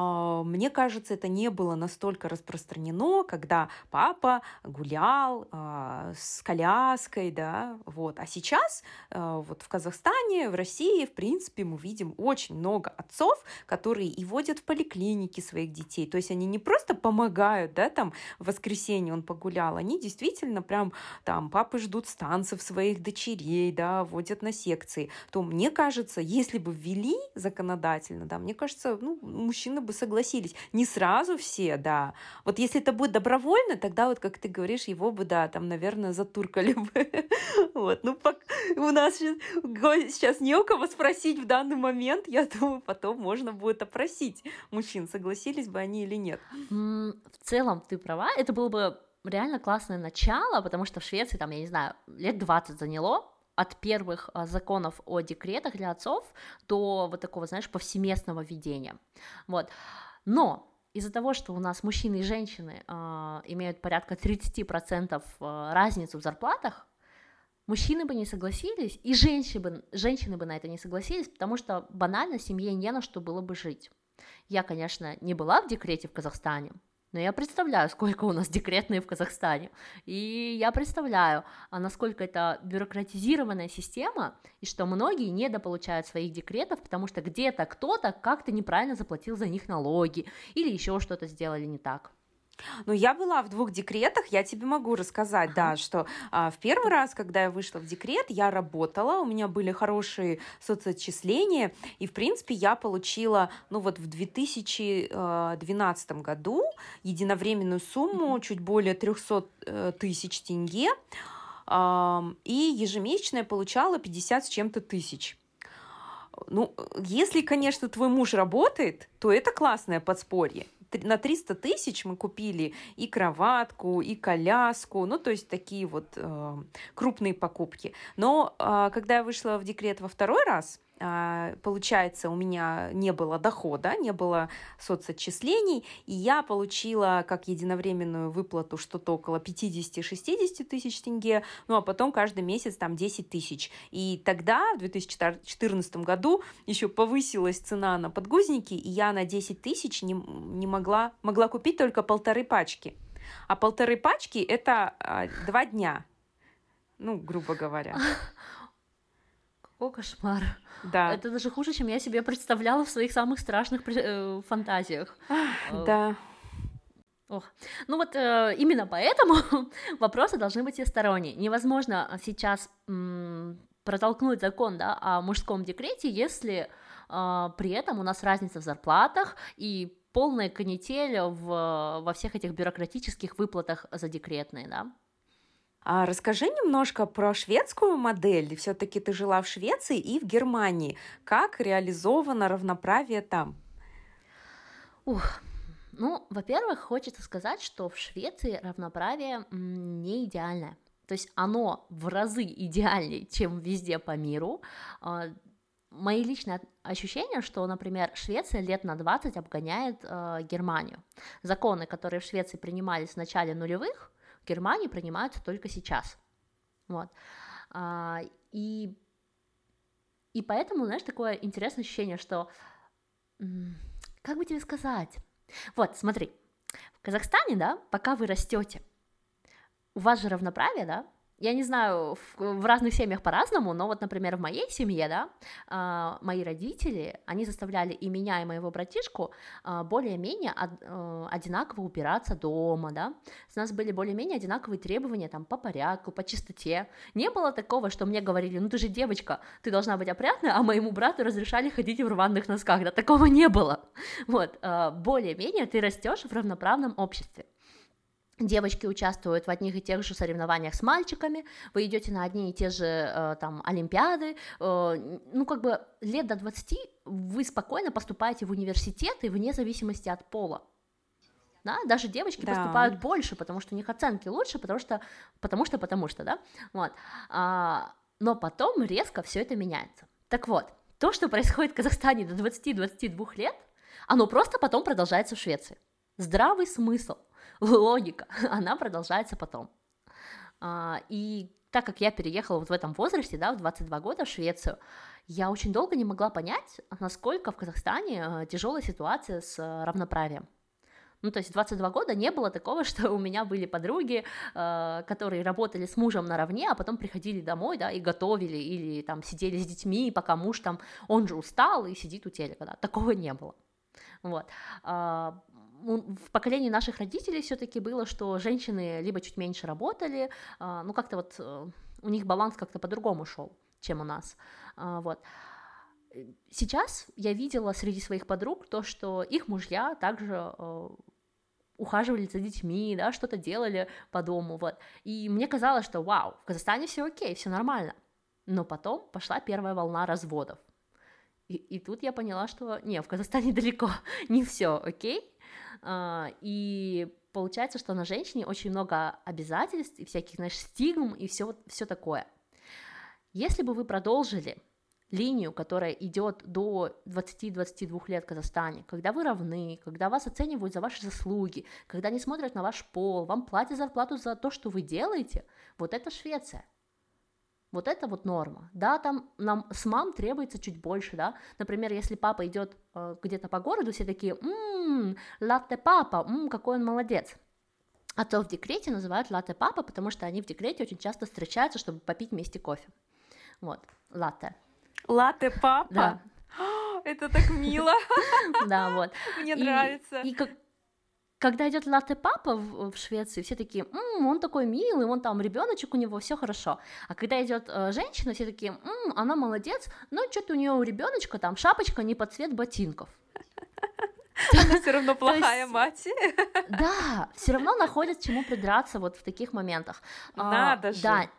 мне кажется, это не было настолько распространено, когда папа гулял с коляской, да, вот. А сейчас вот в Казахстане, в России, в принципе, мы видим очень много отцов, которые и водят в поликлиники своих детей, то есть они не просто помогают, да, там, в воскресенье он погулял, они действительно прям там папы ждут станцев своих дочерей, да, водят на секции, то мне кажется, если бы ввели законодательно, да, мне кажется, мужчины бы согласились. Не сразу все, да. Вот если это будет добровольно, тогда вот, как ты говоришь, его бы, да, там, наверное, затуркали бы. Вот, у нас сейчас не у кого спросить в данный момент, я думаю, потом можно будет опросить мужчин, согласились бы они или нет. В целом, ты права, это было бы реально классное начало, потому что в Швеции, там, я не знаю, лет 20 заняло, от первых законов о декретах для отцов до вот такого, знаешь, повсеместного введения. Вот. Но из-за того, что у нас мужчины и женщины имеют порядка 30% разницу в зарплатах, мужчины бы не согласились, и женщины бы на это не согласились, потому что банально семье не на что было бы жить. Я, конечно, не была в декрете в Казахстане, но я представляю, сколько у нас декретные в Казахстане, и я представляю, насколько это бюрократизированная система, и что многие недополучают своих декретов, потому что где-то кто-то как-то неправильно заплатил за них налоги, или еще что-то сделали не так. Ну, я была в 2 декретах, я тебе могу рассказать, да, что в первый раз, когда я вышла в декрет, я работала, у меня были хорошие соцотчисления, и, в принципе, я получила, вот в 2012 году единовременную сумму чуть более 300 тысяч тенге, и ежемесячно я получала 50 с чем-то тысяч. Если, конечно, твой муж работает, то это классное подспорье. На 300 тысяч мы купили и кроватку, и коляску, то есть такие вот крупные покупки. Но когда я вышла в декрет во второй раз, получается, у меня не было дохода, не было соцотчислений, и я получила как единовременную выплату что-то около 50-60 тысяч тенге, а потом каждый месяц там 10 тысяч. И тогда, в 2014 году, еще повысилась цена на подгузники, и я на 10 тысяч не могла купить только 1,5 пачки. А 1,5 пачки — это 2 дня, грубо говоря. О, кошмар. Да. Это даже хуже, чем я себе представляла в своих самых страшных фантазиях. Да. Именно поэтому вопросы должны быть всесторонние. Невозможно сейчас протолкнуть закон, да, о мужском декрете, если при этом у нас разница в зарплатах и полная канитель во всех этих бюрократических выплатах за декретные, да. Расскажи немножко про шведскую модель. Все-таки ты жила в Швеции и в Германии. Как реализовано равноправие там? Ну, во-первых, хочется сказать, что в Швеции равноправие не идеальное. То есть оно в разы идеальнее, чем везде по миру. Мои личные ощущения, что, например, Швеция лет на 20 обгоняет Германию. Законы, которые в Швеции принимались в начале нулевых, в Германии принимаются только сейчас. Вот. И поэтому, знаешь, такое интересное ощущение, что... Как бы тебе сказать? Вот, смотри, в Казахстане, да, пока вы растете, у вас же равноправие, да? Я не знаю, в разных семьях по-разному, но вот, например, в моей семье, да, мои родители, они заставляли и меня, и моего братишку более-менее одинаково убираться дома, да, у нас были более-менее одинаковые требования там по порядку, по чистоте, не было такого, что мне говорили, ну ты же девочка, ты должна быть опрятной, а моему брату разрешали ходить в рваных носках, да, такого не было, вот, более-менее ты растешь в равноправном обществе. Девочки участвуют в одних и тех же соревнованиях с мальчиками, вы идете на одни и те же там олимпиады, ну как бы лет до 20 вы спокойно поступаете в университеты вне зависимости от пола. Да? Даже девочки поступают больше, потому что у них оценки лучше, потому что, да, вот. Но потом резко все это меняется. Так вот, то, что происходит в Казахстане до 20-22 лет, оно просто потом продолжается в Швеции. Здравый смысл, логика, она продолжается потом. И так как я переехала вот в этом возрасте, да, в 22 года в Швецию, я очень долго не могла понять, насколько в Казахстане тяжелая ситуация с равноправием. Ну, то есть 22 года не было такого, что у меня были подруги, которые работали с мужем наравне, а потом приходили домой, да, и готовили, или там сидели с детьми, пока муж там, он же устал и сидит у телека, да, такого не было. Вот. В поколении наших родителей все-таки было, что женщины либо чуть меньше работали, ну как-то вот у них баланс как-то по-другому шел, чем у нас, вот. Сейчас я видела среди своих подруг то, что их мужья также ухаживали за детьми, да, что-то делали по дому, вот, и мне казалось, что вау, в Казахстане все окей, все нормально, но потом пошла первая волна разводов, и тут я поняла, что не, в Казахстане далеко не все окей. И получается, что на женщине очень много обязательств и всяких, знаешь, стигм и все такое. Если бы вы продолжили линию, которая идет до 20-22 лет в Казахстане, когда вы равны, когда вас оценивают за ваши заслуги, когда не смотрят на ваш пол, вам платят зарплату за то, что вы делаете, вот это Швеция. Вот это вот норма, да, там нам с мам требуется чуть больше, да, например, если папа идет где-то по городу, все такие, латте папа, какой он молодец, а то в декрете называют латте папа, потому что они в декрете очень часто встречаются, чтобы попить вместе кофе, вот, латте. Латте папа? Да. Это так мило. Да, вот. Мне нравится. И когда идет латте папа в Швеции, все такие, он такой милый, он там ребеночек у него, все хорошо. А когда идет женщина, все такие, она молодец, но что-то у нее у ребеночка там шапочка не под цвет ботинков. Она все равно плохая мать. Да, все равно находят чему придраться вот в таких моментах. Надо же. Да.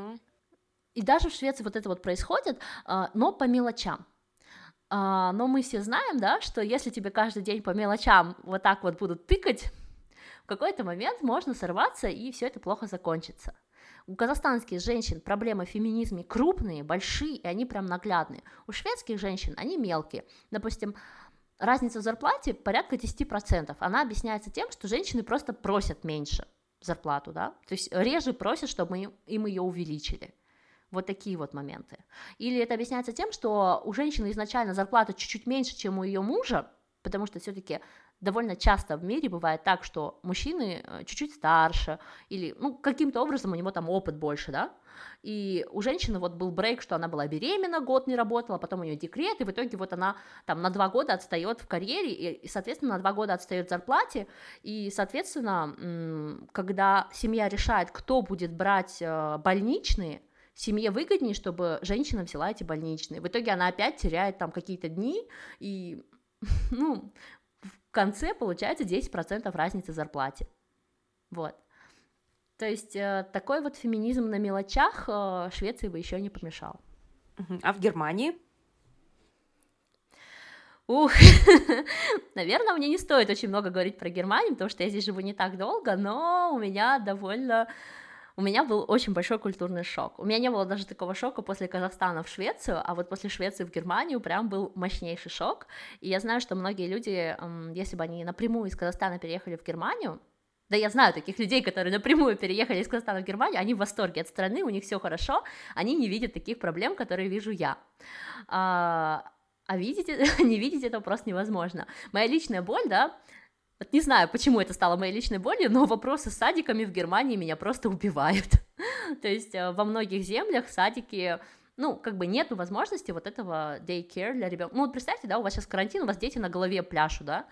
И даже в Швеции вот это вот происходит, но по мелочам. Но мы все знаем, да, что если тебе каждый день по мелочам вот так вот будут тыкать, в какой-то момент можно сорваться, и все это плохо закончится. У казахстанских женщин проблемы в феминизме крупные, большие, и они прям наглядные. У шведских женщин они мелкие. Допустим, разница в зарплате порядка 10%. Она объясняется тем, что женщины просто просят меньше зарплату, да, то есть реже просят, чтобы им ее увеличили. Вот такие вот моменты. Или это объясняется тем, что у женщины изначально зарплата чуть-чуть меньше, чем у ее мужа, потому что все-таки довольно часто в мире бывает так, что мужчины чуть-чуть старше, или каким-то образом у него там опыт больше, да, и у женщины вот был брейк, что она была беременна, год не работала, потом у нее декрет, и в итоге вот она там на 2 года отстает в карьере, и соответственно, на 2 года отстает в зарплате, и, соответственно, когда семья решает, кто будет брать больничные, семье выгоднее, чтобы женщина взяла эти больничные. В итоге она опять теряет там какие-то дни, и, в конце получается 10% разницы в зарплате. Вот. То есть такой вот феминизм на мелочах Швеции бы еще не помешал. А в Германии? Ух, наверное, мне не стоит очень много говорить про Германию, потому что я здесь живу не так долго, но у меня был очень большой культурный шок. У меня не было даже такого шока после Казахстана в Швецию, а вот после Швеции в Германию прям был мощнейший шок. И я знаю, что многие люди, если бы они напрямую из Казахстана переехали в Германию, да, я знаю таких людей, которые напрямую переехали из Казахстана в Германию, они в восторге от страны, у них все хорошо, они не видят таких проблем, которые вижу я. А видеть, не видеть этого просто невозможно. Моя личная боль, да, вот не знаю, почему это стало моей личной болью, но вопросы с садиками в Германии меня просто убивают. То есть во многих землях садики, ну, как бы нету возможности вот этого daycare для ребенка. Ну, вот представьте, да, у вас сейчас карантин, у вас дети на голове пляшут, да,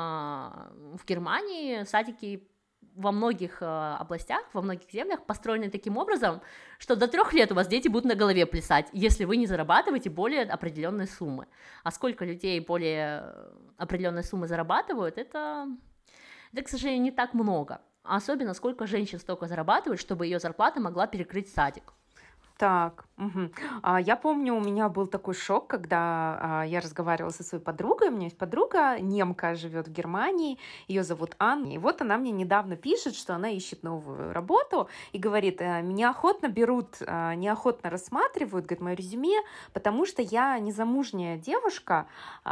в Германии садики во многих областях, во многих землях построены таким образом, что до 3 лет у вас дети будут на голове плясать, если вы не зарабатываете более определенной суммы. А сколько людей более определенной суммы зарабатывают, это, к сожалению, не так много. Особенно сколько женщин столько зарабатывают, чтобы ее зарплата могла перекрыть садик. Так, я помню, у меня был такой шок, когда я разговаривала со своей подругой. У меня есть подруга, немка, живет в Германии, ее зовут Анна. И вот она мне недавно пишет, что она ищет новую работу и говорит, меня охотно берут, неохотно рассматривают, говорит, мое резюме, потому что я незамужняя девушка,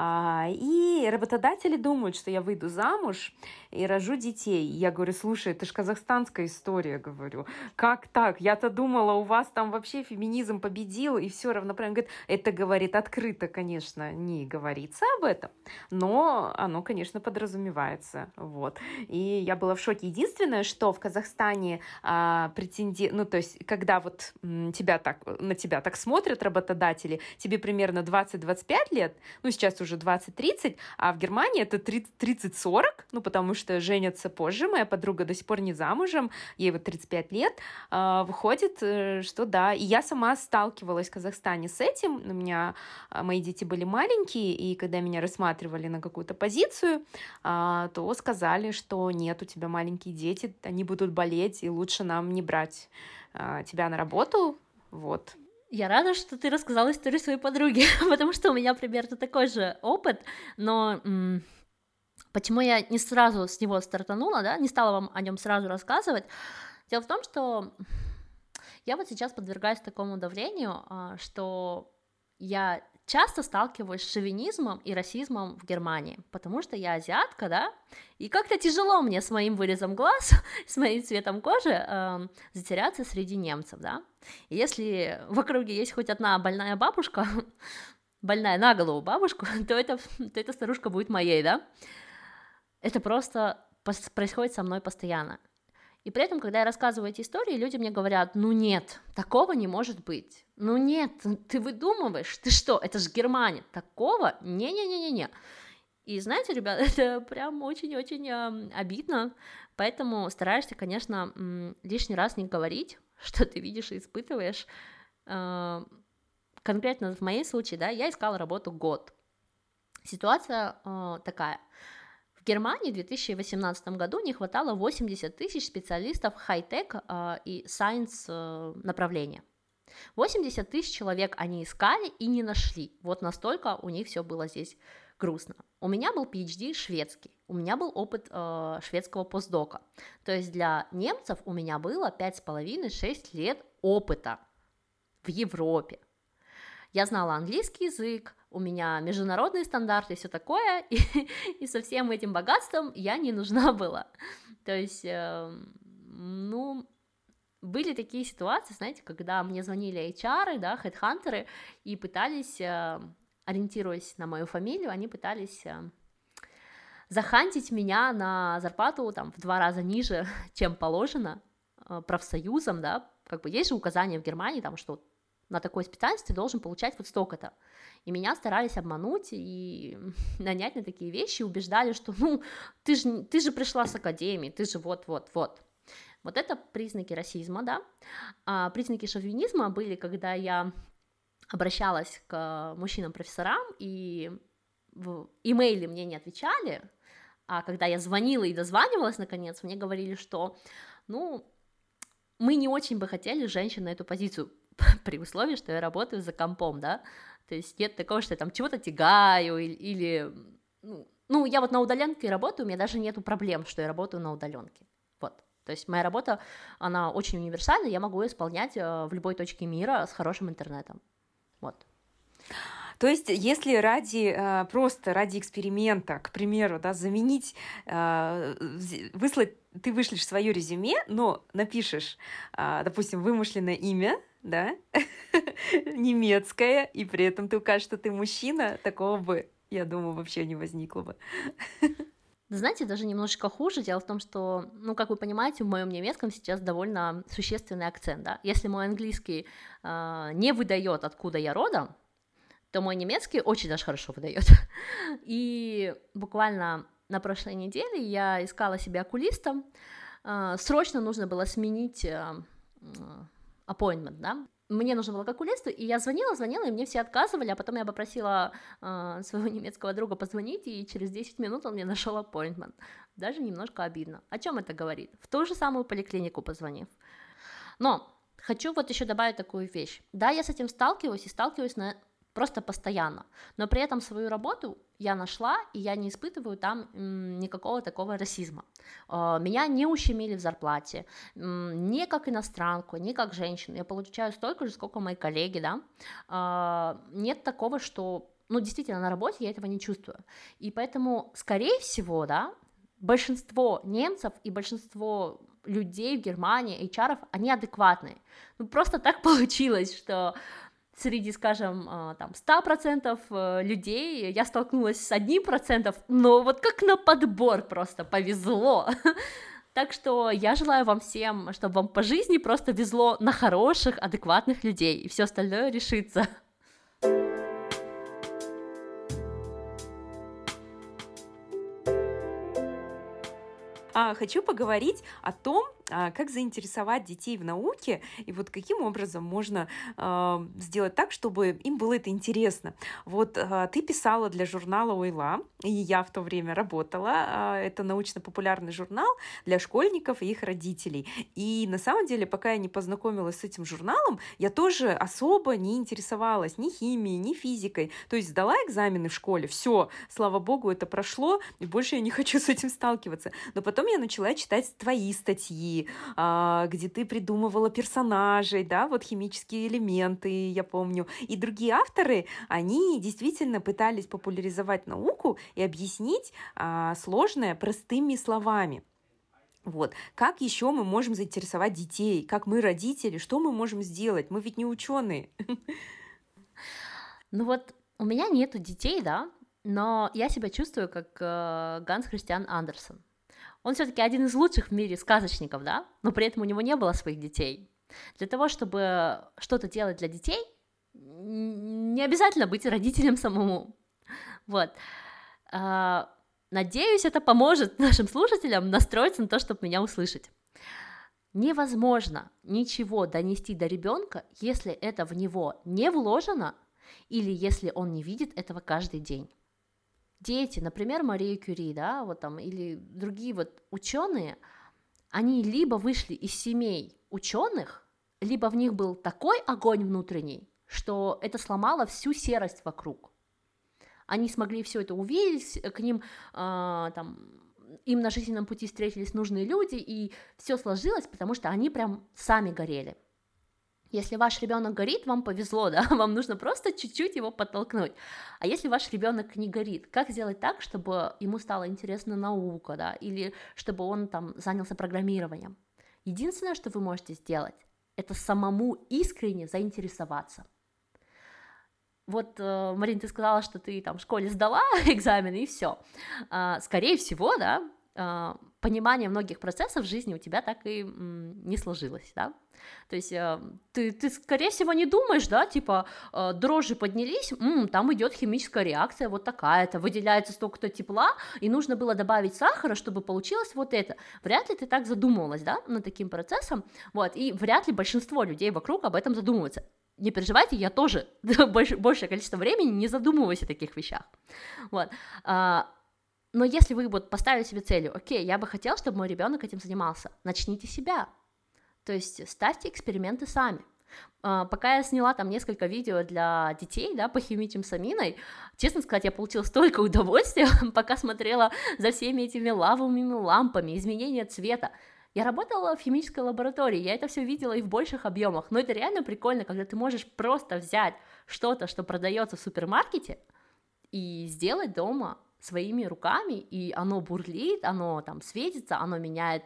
и работодатели думают, что я выйду замуж и рожу детей. Я говорю, слушай, это же казахстанская история, говорю, как так? Я-то думала, у вас там вообще феминизм победил, и все равноправно. Говорит, это, говорит, открыто, конечно, не говорится об этом, но оно, конечно, подразумевается. Вот. И я была в шоке. Единственное, что в Казахстане ну, то есть, когда вот на тебя так смотрят работодатели, тебе примерно 20-25 лет, ну, сейчас уже 20-30, а в Германии это 30-40, ну, потому что женятся позже. Моя подруга до сих пор не замужем, ей вот 35 лет. Выходит, что да, и я сама сталкивалась в Казахстане с этим. У меня мои дети были маленькие, и когда меня рассматривали на какую-то позицию, то сказали, что нет, у тебя маленькие дети, они будут болеть, и лучше нам не брать тебя на работу. Вот. Я рада, что ты рассказала историю своей подруги, потому что у меня примерно такой же опыт, но почему я не сразу с него стартанула, да, не стала вам о нем сразу рассказывать. Дело в том, что я вот сейчас подвергаюсь такому давлению, что я часто сталкиваюсь с шовинизмом и расизмом в Германии, потому что я азиатка, да, и как-то тяжело мне с моим вырезом глаз, с моим цветом кожи затеряться среди немцев, да. И если в округе есть хоть одна больная бабушка, больная на голову бабушка, то эта старушка будет моей, да. Это просто происходит со мной постоянно. И при этом, когда я рассказываю эти истории, люди мне говорят, ну нет, такого не может быть, ну нет, ты выдумываешь, ты что, это же Германия, такого, не-не-не-не-не. И знаете, ребят, это прям очень-очень обидно, поэтому стараешься, конечно, лишний раз не говорить, что ты видишь и испытываешь. Конкретно в моем случае, да, я искала работу год. Ситуация такая. В Германии в 2018 году не хватало 80 тысяч специалистов хай-тек и сайенс направления. 80 тысяч человек они искали и не нашли. Вот настолько у них все было здесь грустно. У меня был PhD шведский, у меня был опыт шведского постдока. То есть для немцев у меня было 5,5-6 лет опыта в Европе. Я знала английский язык, у меня международные стандарты и все такое, и со всем этим богатством я не нужна была. То есть, были такие ситуации, знаете, когда мне звонили HR, да, хедхантеры, и пытались, ориентируясь на мою фамилию, они пытались захантить меня на зарплату там, в 2 раза ниже, чем положено профсоюзам, да, как бы есть же указания в Германии, там, что на такой специальности должен получать вот столько-то. И меня старались обмануть и нанять на такие вещи, убеждали, что, ну, ты же пришла с академии, ты же вот-вот-вот. Вот это признаки расизма, да. А признаки шовинизма были, когда я обращалась к мужчинам-профессорам, и в имейле мне не отвечали, а когда я звонила и дозванивалась, наконец, мне говорили, что, ну, мы не очень бы хотели женщин на эту позицию, при условии, что я работаю за компом, да, То есть нет такого, что я там чего-то тягаю или ну, я вот на удаленке работаю, у меня даже нету проблем, что я работаю на удаленке. Вот. То есть моя работа, она очень универсальна, я могу ее исполнять в любой точке мира с хорошим интернетом. Вот. То есть, если просто ради эксперимента, к примеру, да, заменить, ты вышлешь свое резюме, но напишешь, допустим, вымышленное имя, да, немецкое, и при этом ты укажешь, что ты мужчина, такого бы, я думаю, вообще не возникло бы. Знаете, даже немножечко хуже. Дело в том, что, ну, как вы понимаете, в моем немецком сейчас довольно существенный акцент, да. Если мой английский не выдает, откуда я родом, то мой немецкий очень даже хорошо выдает. И буквально на прошлой неделе я искала себе окулиста. Срочно нужно было сменить appointment, да. Мне нужно было к окулисту, и я звонила, и мне все отказывали, а потом я попросила своего немецкого друга позвонить, и через 10 минут он мне нашел appointment. Даже немножко обидно. О чем это говорит? В ту же самую поликлинику позвонив. Но хочу вот еще добавить такую вещь. Да, я с этим сталкиваюсь, и сталкиваюсь просто постоянно, но при этом свою работу я нашла, и я не испытываю там никакого такого расизма. Меня не ущемили в зарплате, ни как иностранку, ни как женщину, я получаю столько же, сколько мои коллеги, да, нет такого, что, ну, действительно, на работе я этого не чувствую, и поэтому, скорее всего, да, большинство немцев и большинство людей в Германии, HR-ов, они адекватные, ну, просто так получилось, что среди, скажем, там, 100% людей я столкнулась с 1%, но вот как на подбор просто повезло. Так что я желаю вам всем, чтобы вам по жизни просто везло на хороших, адекватных людей, и все остальное решится. Хочу поговорить о том, как заинтересовать детей в науке и вот каким образом можно сделать так, чтобы им было это интересно. Вот ты писала для журнала «Ойла», и я в то время работала. Это научно-популярный журнал для школьников и их родителей. И на самом деле, пока я не познакомилась с этим журналом, я тоже особо не интересовалась ни химией, ни физикой. То есть сдала экзамены в школе, все, слава богу, это прошло, и больше я не хочу с этим сталкиваться. Но потом я начала читать твои статьи, где ты придумывала персонажей, да, вот химические элементы, я помню. И другие авторы, они действительно пытались популяризовать науку и объяснить сложное простыми словами. Вот. Как еще мы можем заинтересовать детей? Как мы, родители, что мы можем сделать? Мы ведь не ученые. Ну вот, у меня нету детей, да, но я себя чувствую как Ганс Христиан Андерсен. Он все-таки один из лучших в мире сказочников, да, но при этом у него не было своих детей. Для того, чтобы что-то делать для детей, не обязательно быть родителем самому. Вот. Надеюсь, это поможет нашим слушателям настроиться на то, чтобы меня услышать. Невозможно ничего донести до ребенка, если это в него не вложено или если он не видит этого каждый день. Дети, например, Мария Кюри, да, вот там, или другие вот ученые, они либо вышли из семей ученых, либо в них был такой огонь внутренний, что это сломало всю серость вокруг. Они смогли все это увидеть, к ним им на жизненном пути встретились нужные люди, и все сложилось, потому что они прям сами горели. Если ваш ребенок горит, вам повезло, да, вам нужно просто чуть-чуть его подтолкнуть. А если ваш ребенок не горит, как сделать так, чтобы ему стала интересна наука, да, или чтобы он там занялся программированием? Единственное, что вы можете сделать, это самому искренне заинтересоваться. Вот, Марин, ты сказала, что ты там в школе сдала экзамены, и все. Скорее всего, да, понимание многих процессов в жизни у тебя так и не сложилось, да. То есть ты, скорее всего, не думаешь, да, типа, дрожжи поднялись, там идет химическая реакция вот такая-то, выделяется столько-то тепла, и нужно было добавить сахара, чтобы получилось вот это. Вряд ли ты так задумывалась, да, над таким процессом, вот, и вряд ли большинство людей вокруг об этом задумываются. Не переживайте, я тоже большее количество времени не задумываюсь о таких вещах, вот. Но если вы вот поставили себе целью, окей, я бы хотела, чтобы мой ребенок этим занимался, начните себя. То есть ставьте эксперименты сами. Пока я сняла там несколько видео для детей, да, по химичим с Аминой, честно сказать, я получила столько удовольствия, пока смотрела за всеми этими лавовыми лампами, изменения цвета. Я работала в химической лаборатории, я это все видела и в больших объемах, но это реально прикольно, когда ты можешь просто взять что-то, что продается в супермаркете, и сделать дома своими руками, и оно бурлит, оно там светится, оно меняет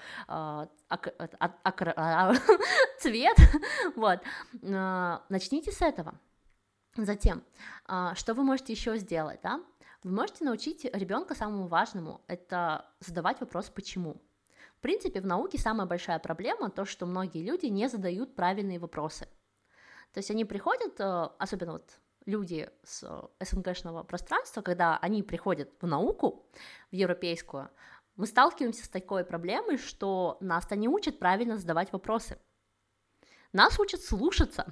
цвет, вот. Начните с этого. Затем, что вы можете еще сделать, да? Вы можете научить ребенка самому важному, это задавать вопрос «почему?». В принципе, в науке самая большая проблема то, что многие люди не задают правильные вопросы. То есть они приходят, особенно вот люди с СНГшного пространства, когда они приходят в науку, в европейскую, мы сталкиваемся с такой проблемой, что нас-то не учат правильно задавать вопросы. Нас учат слушаться,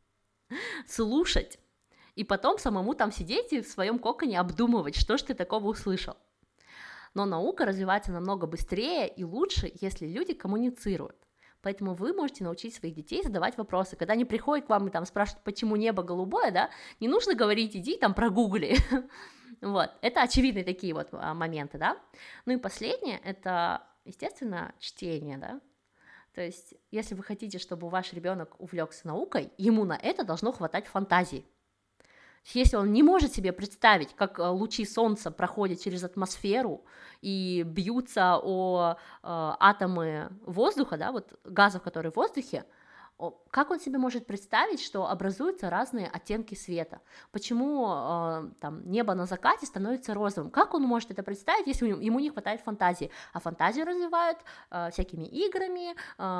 слушать, и потом самому там сидеть и в своем коконе обдумывать, что ж ты такого услышал. Но наука развивается намного быстрее и лучше, если люди коммуницируют. Поэтому вы можете научить своих детей задавать вопросы. Когда они приходят к вам и там спрашивают, почему небо голубое, да, не нужно говорить, иди там прогугли. Вот, это очевидные такие вот моменты, да. Ну и последнее, это, естественно, чтение, да. То есть, если вы хотите, чтобы ваш ребенок увлекся наукой, ему на это должно хватать фантазии. Если он не может себе представить, как лучи солнца проходят через атмосферу и бьются о атомы воздуха, да, вот газов, которые в воздухе, как он себе может представить, что образуются разные оттенки света? Почему там небо на закате становится розовым? Как он может это представить, если ему не хватает фантазии? А фантазию развивают всякими играми,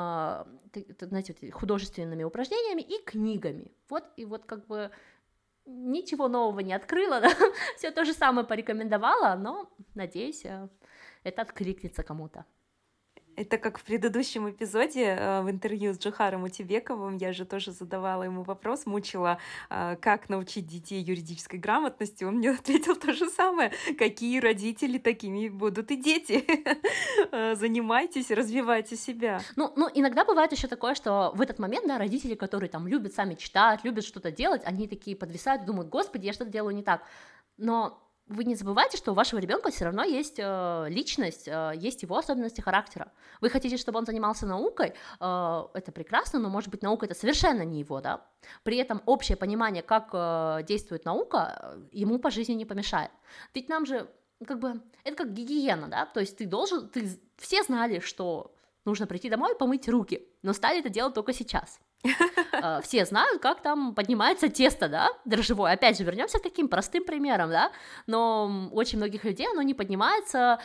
знаете, художественными упражнениями и книгами. Вот, и вот как бы ничего нового не открыла, да? Все то же самое порекомендовала, но, надеюсь, это откликнется кому-то. Это как в предыдущем эпизоде в интервью с Джохаром Утебековым, я же тоже задавала ему вопрос, мучила, как научить детей юридической грамотности, он мне ответил то же самое, какие родители, такими будут и дети, занимайтесь, развивайте себя. Ну, иногда бывает еще такое, что в этот момент, да, родители, которые там любят сами читать, любят что-то делать, они такие подвисают и думают, господи, я что-то делаю не так, но вы не забывайте, что у вашего ребенка все равно есть личность, есть его особенности характера. Вы хотите, чтобы он занимался наукой, это прекрасно, но, может быть, наука — это совершенно не его, да? При этом общее понимание, как действует наука, ему по жизни не помешает. Ведь нам же, как бы, это как гигиена, да? То есть все знали, что нужно прийти домой и помыть руки, но стали это делать только сейчас. Все знают, как там поднимается тесто, да, дрожжевое. Опять же, вернемся к таким простым примерам, да, но у очень многих людей оно не поднимается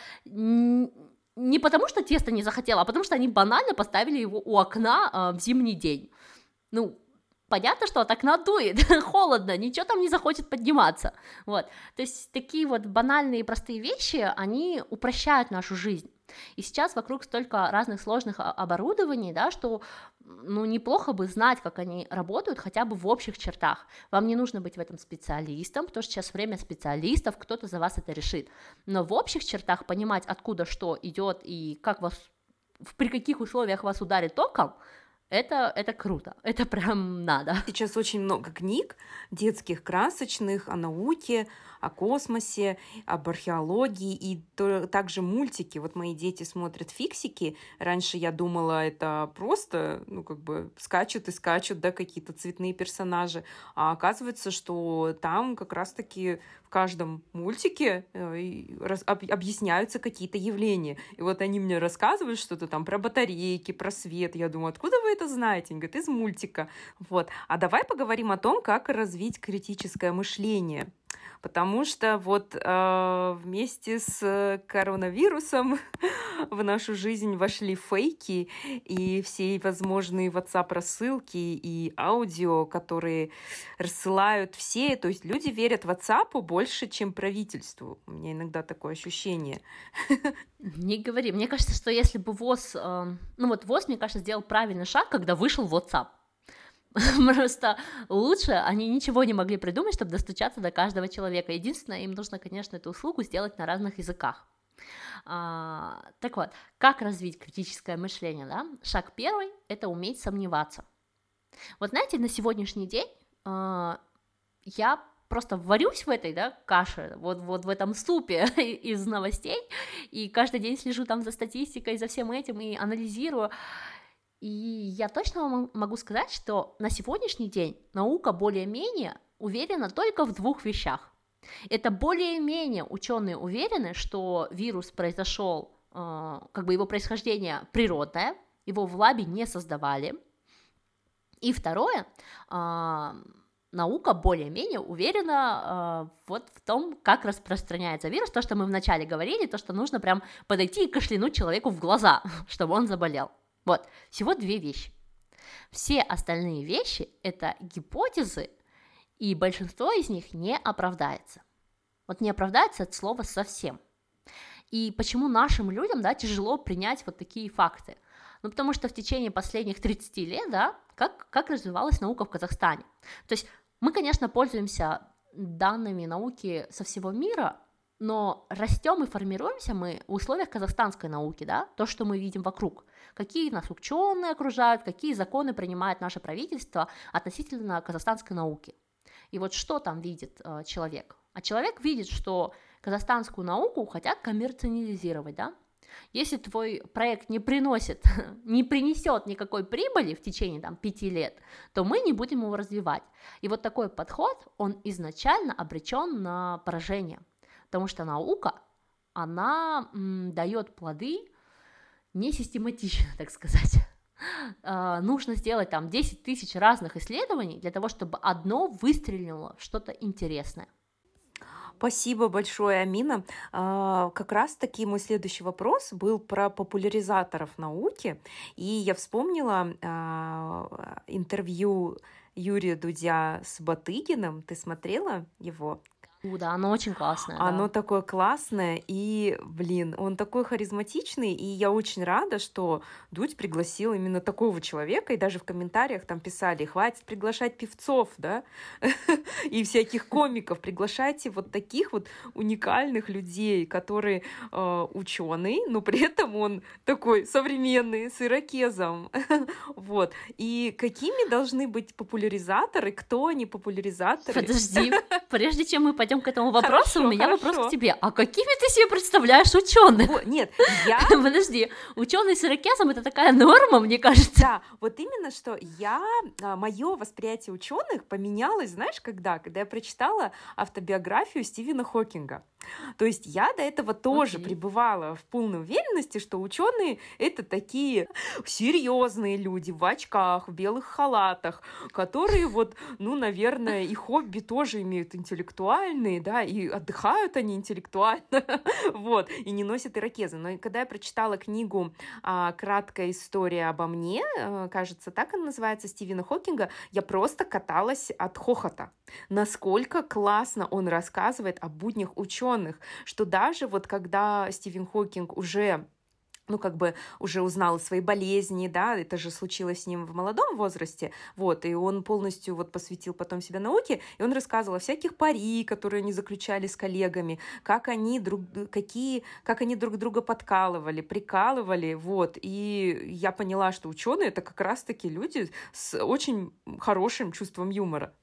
не потому, что тесто не захотело, а потому что они банально поставили его у окна в зимний день. Ну, понятно, что от окна дует, холодно, ничего там не захочет подниматься. Вот. То есть такие вот банальные и простые вещи, они упрощают нашу жизнь. И сейчас вокруг столько разных сложных оборудований, да, что неплохо бы знать, как они работают хотя бы в общих чертах. Вам не нужно быть в этом специалистом, потому что сейчас время специалистов, кто-то за вас это решит. Но в общих чертах понимать, откуда что идет и при каких условиях вас ударит током, это круто, это прям надо. Сейчас очень много книг детских, красочных, о науке, о космосе, об археологии, и также мультики. Вот мои дети смотрят «Фиксики». Раньше я думала, это просто, скачут и скачут, да, какие-то цветные персонажи. А оказывается, что там как раз-таки в каждом мультике объясняются какие-то явления. И вот они мне рассказывают что-то там про батарейки, про свет. Я думаю, откуда вы это знаете? Они говорят, из мультика. Вот. А давай поговорим о том, как развить критическое мышление. Потому что вот вместе с коронавирусом в нашу жизнь вошли фейки и все возможные WhatsApp-рассылки и аудио, которые рассылают все. То есть люди верят WhatsApp больше, чем правительству. У меня иногда такое ощущение. Не говори. Мне кажется, что если бы ВОЗ... ВОЗ, мне кажется, сделал правильный шаг, когда вышел WhatsApp. Просто лучше они ничего не могли придумать, чтобы достучаться до каждого человека. Единственное, им нужно, конечно, эту услугу сделать на разных языках. Так вот, как развить критическое мышление, да? Шаг первый — это уметь сомневаться. Вот знаете, на сегодняшний день я просто варюсь в этой, да, каше, вот в этом супе из новостей, и каждый день слежу там за статистикой, за всем этим, и анализирую, и я точно могу сказать, что на сегодняшний день наука более-менее уверена только в двух вещах. Это более-менее ученые уверены, что вирус произошел, как бы его происхождение природное, его в лабе не создавали. И второе, наука более-менее уверена вот в том, как распространяется вирус, то, что мы вначале говорили, то, что нужно прям подойти и кашлянуть человеку в глаза, чтобы он заболел. Вот, всего две вещи. Все остальные вещи — это гипотезы, и большинство из них не оправдается. Вот не оправдается от слова совсем. И почему нашим людям, да, тяжело принять вот такие факты? Ну, потому что в течение последних 30 лет, да, как развивалась наука в Казахстане. То есть мы, конечно, пользуемся данными науки со всего мира, но растем и формируемся мы в условиях казахстанской науки, да, то, что мы видим вокруг, какие нас ученые окружают, какие законы принимает наше правительство относительно казахстанской науки. И вот что там видит человек? А человек видит, что казахстанскую науку хотят коммерциализировать, да? Если твой проект не принесет никакой прибыли в течение 5 лет, то мы не будем его развивать. И вот такой подход, он изначально обречен на поражение, потому что наука, она дает плоды не систематично, так сказать. Нужно сделать 10 тысяч разных исследований для того, чтобы одно выстрелило в что-то интересное. Спасибо большое, Амина. Как раз-таки мой следующий вопрос был про популяризаторов науки. И я вспомнила интервью Юрия Дудя с Батыгиным. Ты смотрела его? Да, оно очень классное. Оно да. такое классное, и, он такой харизматичный, и я очень рада, что Дудь пригласил именно такого человека, и даже в комментариях там писали: хватит приглашать певцов, да, и всяких комиков, приглашайте вот таких вот уникальных людей, которые ученый, но при этом он такой современный, с ирокезом, вот. И какими должны быть популяризаторы, кто они популяризаторы? Подожди, прежде чем мы пойдем к этому вопросу, Хорошо, у меня хорошо. вопрос к тебе. А какими ты себе представляешь ученых? Нет, я... Подожди, ученый с ирокезом — это такая норма, мне кажется. Да, вот именно что мое восприятие ученых поменялось, знаешь, когда я прочитала автобиографию Стивена Хокинга. То есть я до этого тоже пребывала в полной уверенности, что ученые — это такие серьезные люди в очках, в белых халатах, которые наверное, и хобби тоже имеют интеллектуальные, да, и отдыхают они интеллектуально, вот, и не носят ирокезы. Но когда я прочитала книгу «Краткая история обо мне», кажется, так она называется, Стивена Хокинга, я просто каталась от хохота. Насколько классно он рассказывает о буднях ученых, что даже когда Стивен Хокинг уже уже узнал свои болезни, да, это же случилось с ним в молодом возрасте, и он полностью посвятил потом себя науке, и он рассказывал о всяких пари, которые они заключали с коллегами, как они друг друга подкалывали, прикалывали, и я поняла, что ученые — это как раз-таки люди с очень хорошим чувством юмора.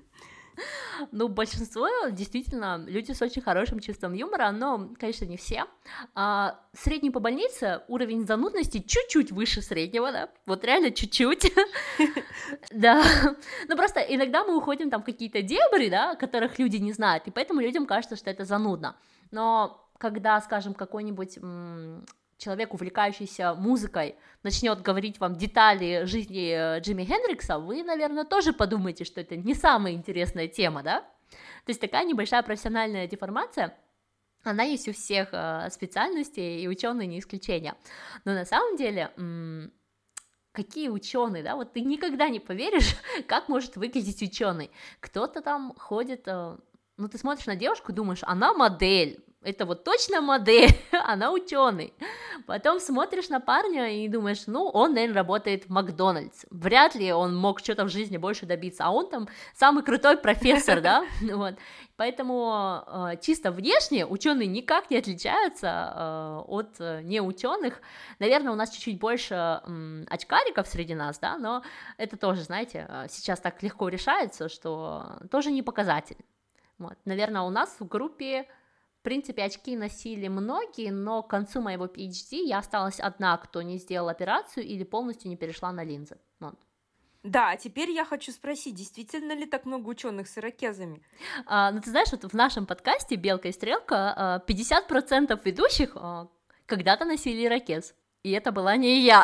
Большинство действительно люди с очень хорошим чувством юмора, но, конечно, не все. Средний по больнице уровень занудности чуть-чуть выше среднего, да, вот реально чуть-чуть. Да, просто иногда мы уходим в какие-то дебри, да, которых люди не знают, и поэтому людям кажется, что это занудно. Но когда, скажем, какой-нибудь человек, увлекающийся музыкой, начнет говорить вам детали жизни Джимми Хендрикса, вы, наверное, тоже подумаете, что это не самая интересная тема, да? То есть такая небольшая профессиональная деформация, она есть у всех специальностей, и ученые не исключение. Но на самом деле, какие ученые, да? Ты никогда не поверишь, как может выглядеть ученый. Кто-то там ходит... ты смотришь на девушку и думаешь, она модель, это вот точно модель, она ученый. Потом смотришь на парня и думаешь, ну, он, наверное, работает в Макдональдс. Вряд ли он мог что-то в жизни больше добиться, а он там самый крутой профессор, да, вот. Поэтому чисто внешне ученые никак не отличаются от неученых. Наверное, у нас чуть-чуть больше очкариков среди нас, да, но это тоже, знаете, сейчас так легко решается, что тоже не показатель. Вот. Наверное, у нас в группе, в принципе, очки носили многие, но к концу моего PhD я осталась одна, кто не сделал операцию или полностью не перешла на линзы. Вот. Да, а теперь я хочу спросить, действительно ли так много ученых с ирокезами? Ну, ты знаешь, вот в нашем подкасте «Белка и стрелка» 50% ведущих когда-то носили ирокез, и это была не я.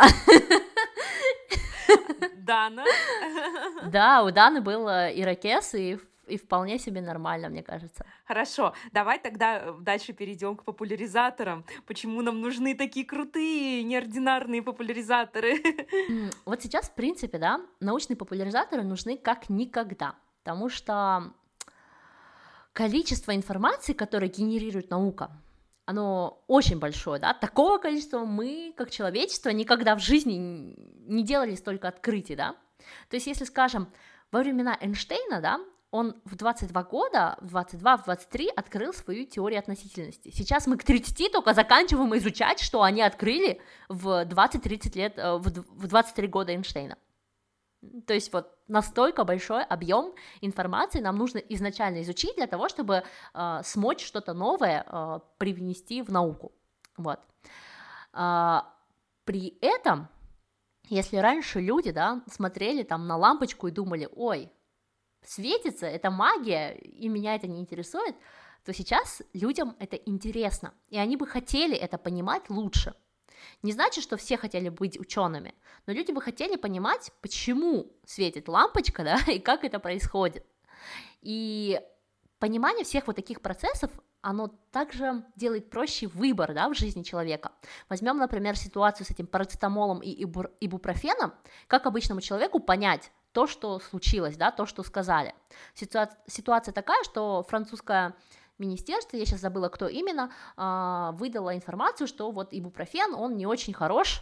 Дана? Да, у Даны был ирокез, и вполне себе нормально, мне кажется. Хорошо, давай тогда дальше перейдем к популяризаторам. Почему нам нужны такие крутые, неординарные популяризаторы? Вот сейчас, в принципе, да, научные популяризаторы нужны как никогда, потому что количество информации, которое генерирует наука, оно очень большое, да, такого количества мы, как человечество, никогда в жизни не делали столько открытий, да. То есть, если, скажем, во времена Эйнштейна, да, он в 22 года, в 22, в 23 открыл свою теорию относительности. Сейчас мы к 30 только заканчиваем изучать, что они открыли в 20-30 лет, в 23 года Эйнштейна. То есть вот настолько большой объем информации нам нужно изначально изучить для того, чтобы смочь что-то новое привнести в науку. Вот. При этом, если раньше люди, да, смотрели там на лампочку и думали, ой, светится, это магия, и меня это не интересует, то сейчас людям это интересно, и они бы хотели это понимать лучше. Не значит, что все хотели быть учеными, но люди бы хотели понимать, почему светит лампочка, да, и как это происходит. И понимание всех вот таких процессов, оно также делает проще выбор, да, в жизни человека. Возьмем, например, ситуацию с этим парацетамолом и ибупрофеном, как обычному человеку понять то, что случилось, да, то, что сказали. Ситуация такая, что французское министерство, я сейчас забыла, кто именно, выдало информацию, что вот ибупрофен, он не очень хорош,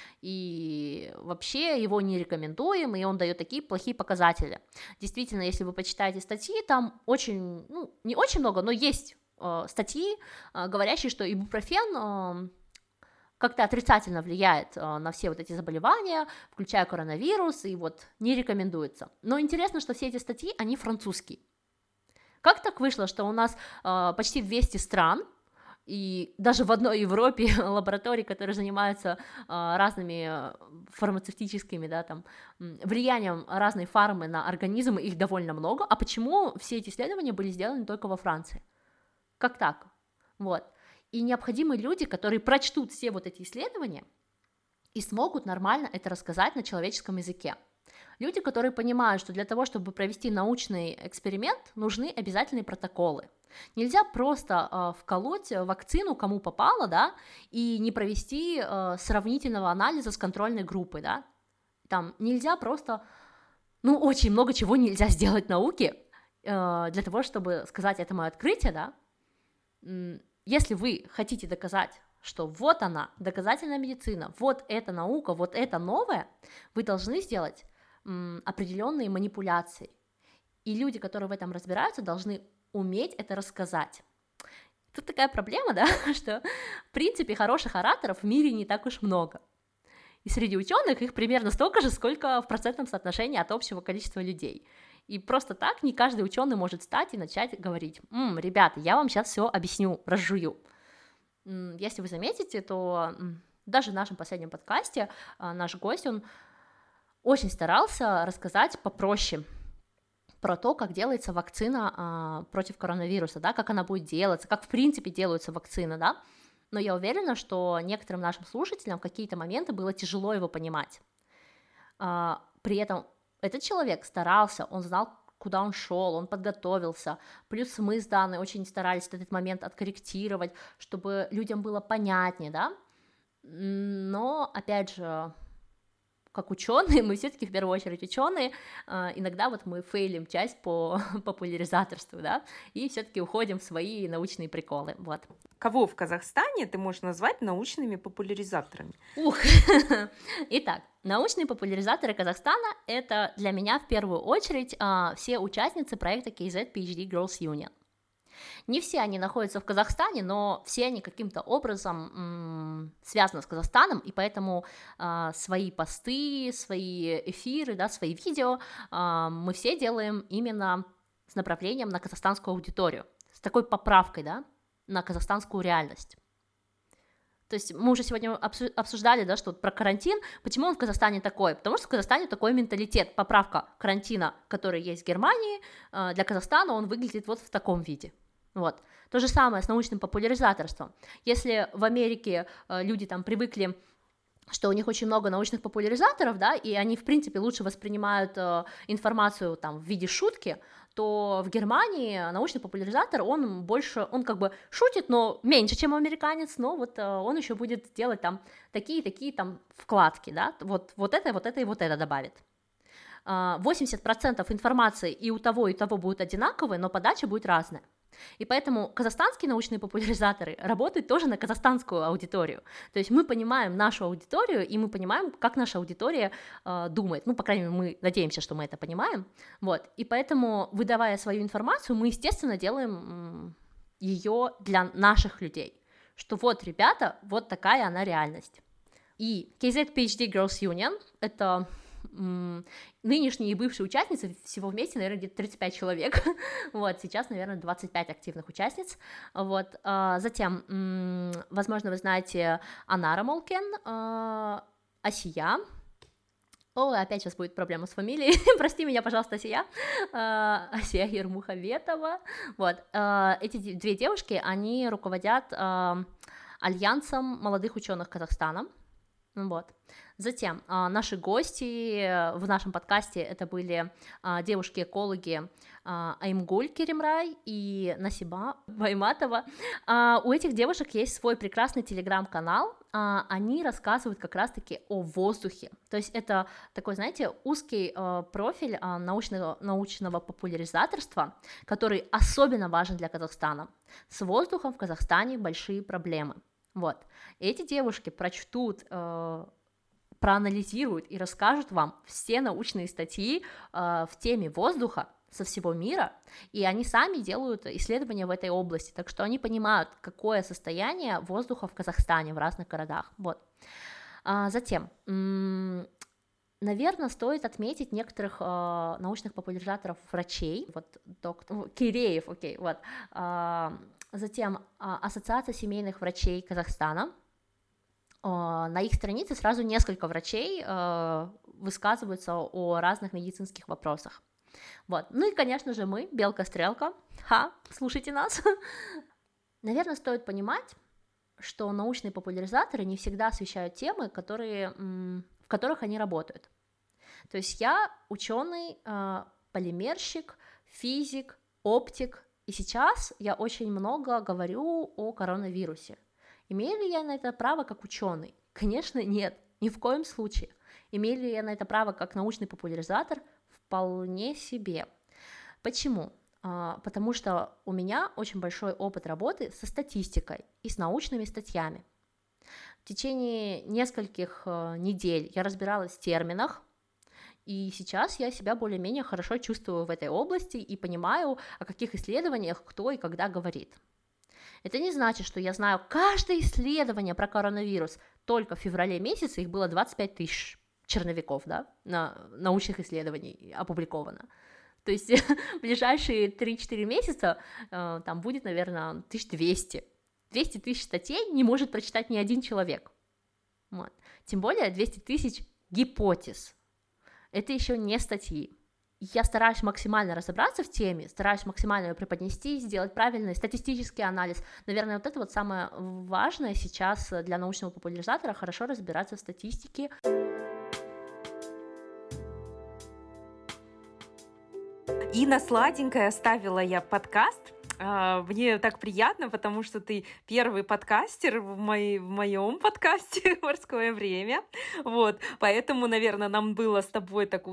и вообще его не рекомендуем, и он дает такие плохие показатели. Действительно, если вы почитаете статьи, там очень, ну, не очень много, но есть статьи, говорящие, что ибупрофен как-то отрицательно влияет на все вот эти заболевания, включая коронавирус, и вот не рекомендуется. Но интересно, что все эти статьи, они французские. Как так вышло, что у нас почти 200 стран, и даже в одной Европе лаборатории, которые занимаются разными фармацевтическими, да, там, влиянием разной фармы на организм, их довольно много, а почему все эти исследования были сделаны только во Франции? Как так? Вот. И необходимы люди, которые прочтут все вот эти исследования и смогут нормально это рассказать на человеческом языке. Люди, которые понимают, что для того, чтобы провести научный эксперимент, нужны обязательные протоколы. Нельзя просто вколоть вакцину кому попало, да, и не провести сравнительного анализа с контрольной группой, да. Там нельзя просто, ну, очень много чего нельзя сделать в науке для того, чтобы сказать, это мое открытие, да. Если вы хотите доказать, что вот она, доказательная медицина, вот эта наука, вот это новое, вы должны сделать определенные манипуляции. И люди, которые в этом разбираются, должны уметь это рассказать. Тут такая проблема, да, что, в принципе, хороших ораторов в мире не так уж много. И среди ученых их примерно столько же, сколько в процентном соотношении от общего количества людей. И просто так не каждый ученый может встать и начать говорить: ребята, я вам сейчас все объясню, разжую. Если вы заметите, то даже в нашем последнем подкасте наш гость, он очень старался рассказать попроще про то, как делается вакцина против коронавируса, да, как она будет делаться, как в принципе делаются вакцины, да. Но я уверена, что некоторым нашим слушателям в какие-то моменты было тяжело его понимать. При этом этот человек старался, он знал, куда он шел, он подготовился, плюс мы с Даной очень старались этот момент откорректировать, чтобы людям было понятнее, да. Но, опять же, как ученые, мы все-таки в первую очередь ученые, иногда вот мы фейлим часть по популяризаторству, да, и все-таки уходим в свои научные приколы, вот. Кого в Казахстане ты можешь назвать научными популяризаторами? Итак, научные популяризаторы Казахстана — это для меня в первую очередь все участницы проекта KZ PhD Girls Union. Не все они находятся в Казахстане, но все они каким-то образом связаны с Казахстаном, и поэтому свои посты, свои эфиры, да, свои видео мы все делаем именно с направлением на казахстанскую аудиторию, с такой поправкой, да, на казахстанскую реальность. То есть мы уже сегодня обсуждали, да, что вот про карантин, почему он в Казахстане такой, потому что в Казахстане такой менталитет, поправка карантина, который есть в Германии, для Казахстана он выглядит вот в таком виде. Вот. То же самое с научным популяризаторством. Если в Америке люди там привыкли, что у них очень много научных популяризаторов, да, и они, в принципе, лучше воспринимают информацию там в виде шутки, то в Германии научный популяризатор, он как бы шутит, но меньше, чем американец, но вот он еще будет делать там такие там вкладки, да, вот это и вот это добавит. 80% информации и у того будут одинаковые, но подача будет разная. И поэтому казахстанские научные популяризаторы работают тоже на казахстанскую аудиторию. То есть мы понимаем нашу аудиторию, и мы понимаем, как наша аудитория думает. Ну, по крайней мере, мы надеемся, что мы это понимаем. Вот. И поэтому, выдавая свою информацию, мы, естественно, делаем ее для наших людей. Что вот, ребята, вот такая она реальность. И KZ PhD Girls Union — это нынешние и бывшие участницы, всего вместе, наверное, где-то 35 человек, вот, сейчас, наверное, 25 активных участниц, вот, затем, возможно, вы знаете Анара Молкен, Асия, опять сейчас будет проблема с фамилией, прости меня, пожалуйста, Асия Ермухаветова, вот, эти две девушки, они руководят Альянсом молодых ученых Казахстана, вот. Затем наши гости в нашем подкасте это были девушки-экологи Аймгуль Керимрай и Насиба Байматова. У этих девушек есть свой прекрасный телеграм-канал, они рассказывают как раз-таки о воздухе, то есть это такой, знаете, узкий профиль научного популяризаторства, который особенно важен для Казахстана. С воздухом в Казахстане большие проблемы. Вот. Эти девушки прочтут, проанализируют и расскажут вам все научные статьи в теме воздуха со всего мира, и они сами делают исследования в этой области, так что они понимают, какое состояние воздуха в Казахстане, в разных городах. Вот. Затем, наверное, стоит отметить некоторых научных популяризаторов врачей, вот доктор Киреев, окей, вот. Затем Ассоциация семейных врачей Казахстана. На их странице сразу несколько врачей высказываются о разных медицинских вопросах. Вот. Ну и, конечно же, мы, Белка-стрелка, слушайте нас. Наверное, стоит понимать, что научные популяризаторы не всегда освещают темы, в которых они работают. То есть я ученый, полимерщик, физик, оптик, и сейчас я очень много говорю о коронавирусе. Имею ли я на это право как ученый? Конечно, нет, ни в коем случае. Имею ли я на это право как научный популяризатор? Вполне себе. Почему? Потому что у меня очень большой опыт работы со статистикой и с научными статьями. В течение нескольких недель я разбиралась в терминах, и сейчас я себя более-менее хорошо чувствую в этой области и понимаю, о каких исследованиях кто и когда говорит. Это не значит, что я знаю каждое исследование про коронавирус. Только в феврале месяце их было 25 тысяч черновиков, да, научных исследований опубликовано. То есть в ближайшие 3-4 месяца там будет, наверное, 1200. 200 тысяч статей не может прочитать ни один человек. Вот. Тем более 200 тысяч гипотез. Это еще не статьи. Я стараюсь максимально разобраться в теме, стараюсь максимально ее преподнести, сделать правильный статистический анализ. Наверное, вот это вот самое важное сейчас для научного популяризатора — хорошо разбираться в статистике. И на сладенькое оставила я подкаст Мне так приятно, потому что ты первый подкастер в моем подкасте «Морское время». Вот. Поэтому, наверное, нам было с тобой так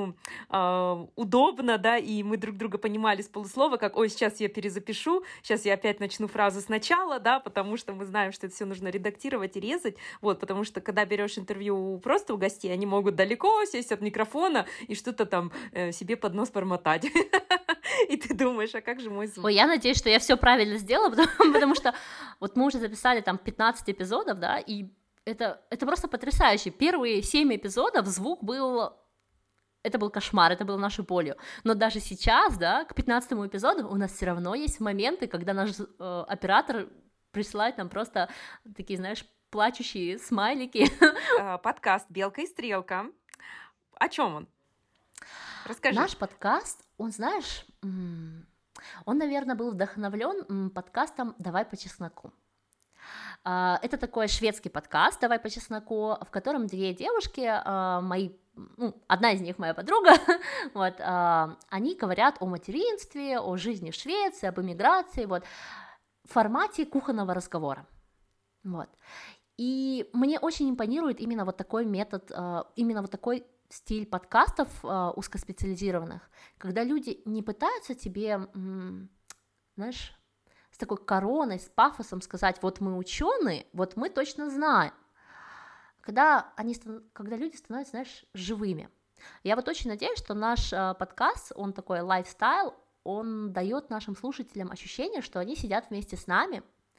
удобно, да, и мы друг друга понимали с полуслова, как, ой, сейчас я перезапишу, сейчас я опять начну фразу сначала, да, потому что мы знаем, что это все нужно редактировать и резать, вот, потому что когда берешь интервью просто у гостей, они могут далеко сесть от микрофона и что-то там себе под нос бормотать. И ты думаешь, а как же мой звук? Ой, я надеюсь, что я все правильно сделала, потому что вот мы уже записали там 15 эпизодов, да, и это просто потрясающе. Первые 7 эпизодов звук был... Это был кошмар, это было нашей болью. Но даже сейчас, да, к 15-му эпизоду у нас все равно есть моменты, когда наш оператор присылает нам просто такие, знаешь, плачущие смайлики. Подкаст «Белка и стрелка». О чем он? Расскажи. Наш подкаст, он, знаешь, он, наверное, был вдохновлен подкастом «Давай по чесноку». Это такой шведский подкаст «Давай по чесноку», в котором две девушки, одна из них моя подруга, вот, они говорят о материнстве, о жизни в Швеции, об эмиграции, вот, в формате кухонного разговора, вот. И мне очень импонирует именно вот такой метод, именно вот такой стиль подкастов узкоспециализированных, когда люди не пытаются тебе, знаешь, с такой короной, с пафосом сказать, вот мы ученые, вот мы точно знаем, когда люди становятся, знаешь, живыми. Я вот очень надеюсь, что наш подкаст, он такой лайфстайл, он дает нашим слушателям ощущение, что они сидят вместе с нами,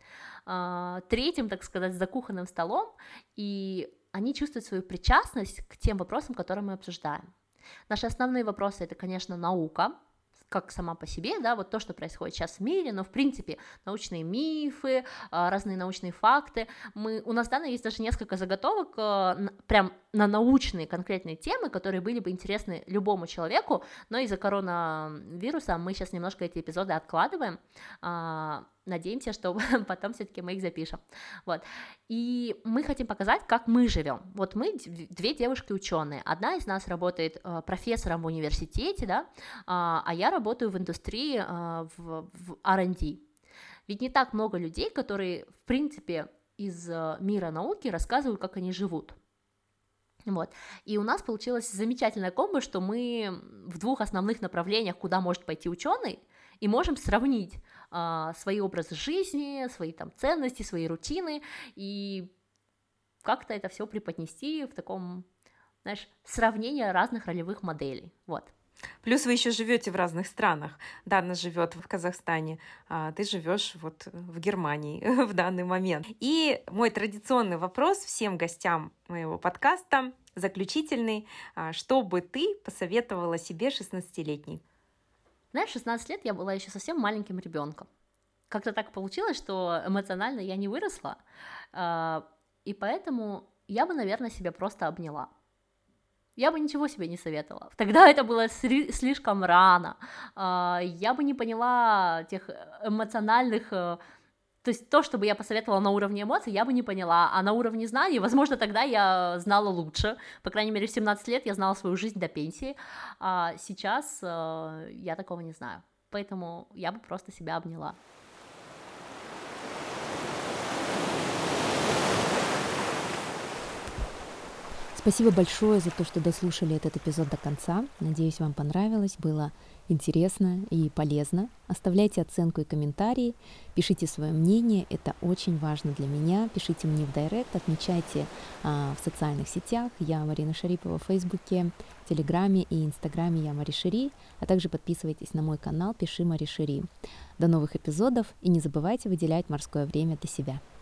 третьим, так сказать, за кухонным столом, и они чувствуют свою причастность к тем вопросам, которые мы обсуждаем. Наши основные вопросы — это, конечно, наука, как сама по себе, да, вот то, что происходит сейчас в мире, но, в принципе, научные мифы, разные научные факты. У нас, да, есть даже несколько заготовок прям на научные конкретные темы, которые были бы интересны любому человеку, но из-за коронавируса мы сейчас немножко эти эпизоды откладываем, надеемся, что потом все-таки мы их запишем, вот, и мы хотим показать, как мы живем. Вот мы две девушки-ученые, одна из нас работает профессором в университете, да, а я работаю в индустрии, в R&D. Ведь не так много людей, которые, в принципе, из мира науки рассказывают, как они живут. Вот. И у нас получилась замечательная комбо, что мы в двух основных направлениях, куда может пойти ученый, и можем сравнить свои образы жизни, свои там ценности, свои рутины, и как-то это все преподнести в таком, знаешь, сравнении разных ролевых моделей, вот. Плюс вы еще живете в разных странах. Дана живет в Казахстане, а ты живешь вот в Германии в данный момент. И мой традиционный вопрос всем гостям моего подкаста, заключительный: что бы ты посоветовала себе 16-летней? Знаешь, в 16 лет я была еще совсем маленьким ребенком. Как-то так получилось, что эмоционально я не выросла, и поэтому я бы, наверное, себя просто обняла. Я бы ничего себе не советовала. Тогда это было слишком рано. Я бы не поняла тех эмоциональных... То есть то, что бы я посоветовала на уровне эмоций, я бы не поняла. А на уровне знаний, возможно, тогда я знала лучше. По крайней мере, в 17 лет я знала свою жизнь до пенсии. А сейчас я такого не знаю. Поэтому я бы просто себя обняла. Спасибо большое за то, что дослушали этот эпизод до конца. Надеюсь, вам понравилось, было интересно и полезно. Оставляйте оценку и комментарии, пишите свое мнение, это очень важно для меня. Пишите мне в директ, отмечайте в социальных сетях. Я Марина Шарипова в Фейсбуке, Телеграме и Инстаграме я Мари Шири, а также подписывайтесь на мой канал «Пиши Мари Шири». До новых эпизодов и не забывайте выделять морское время для себя.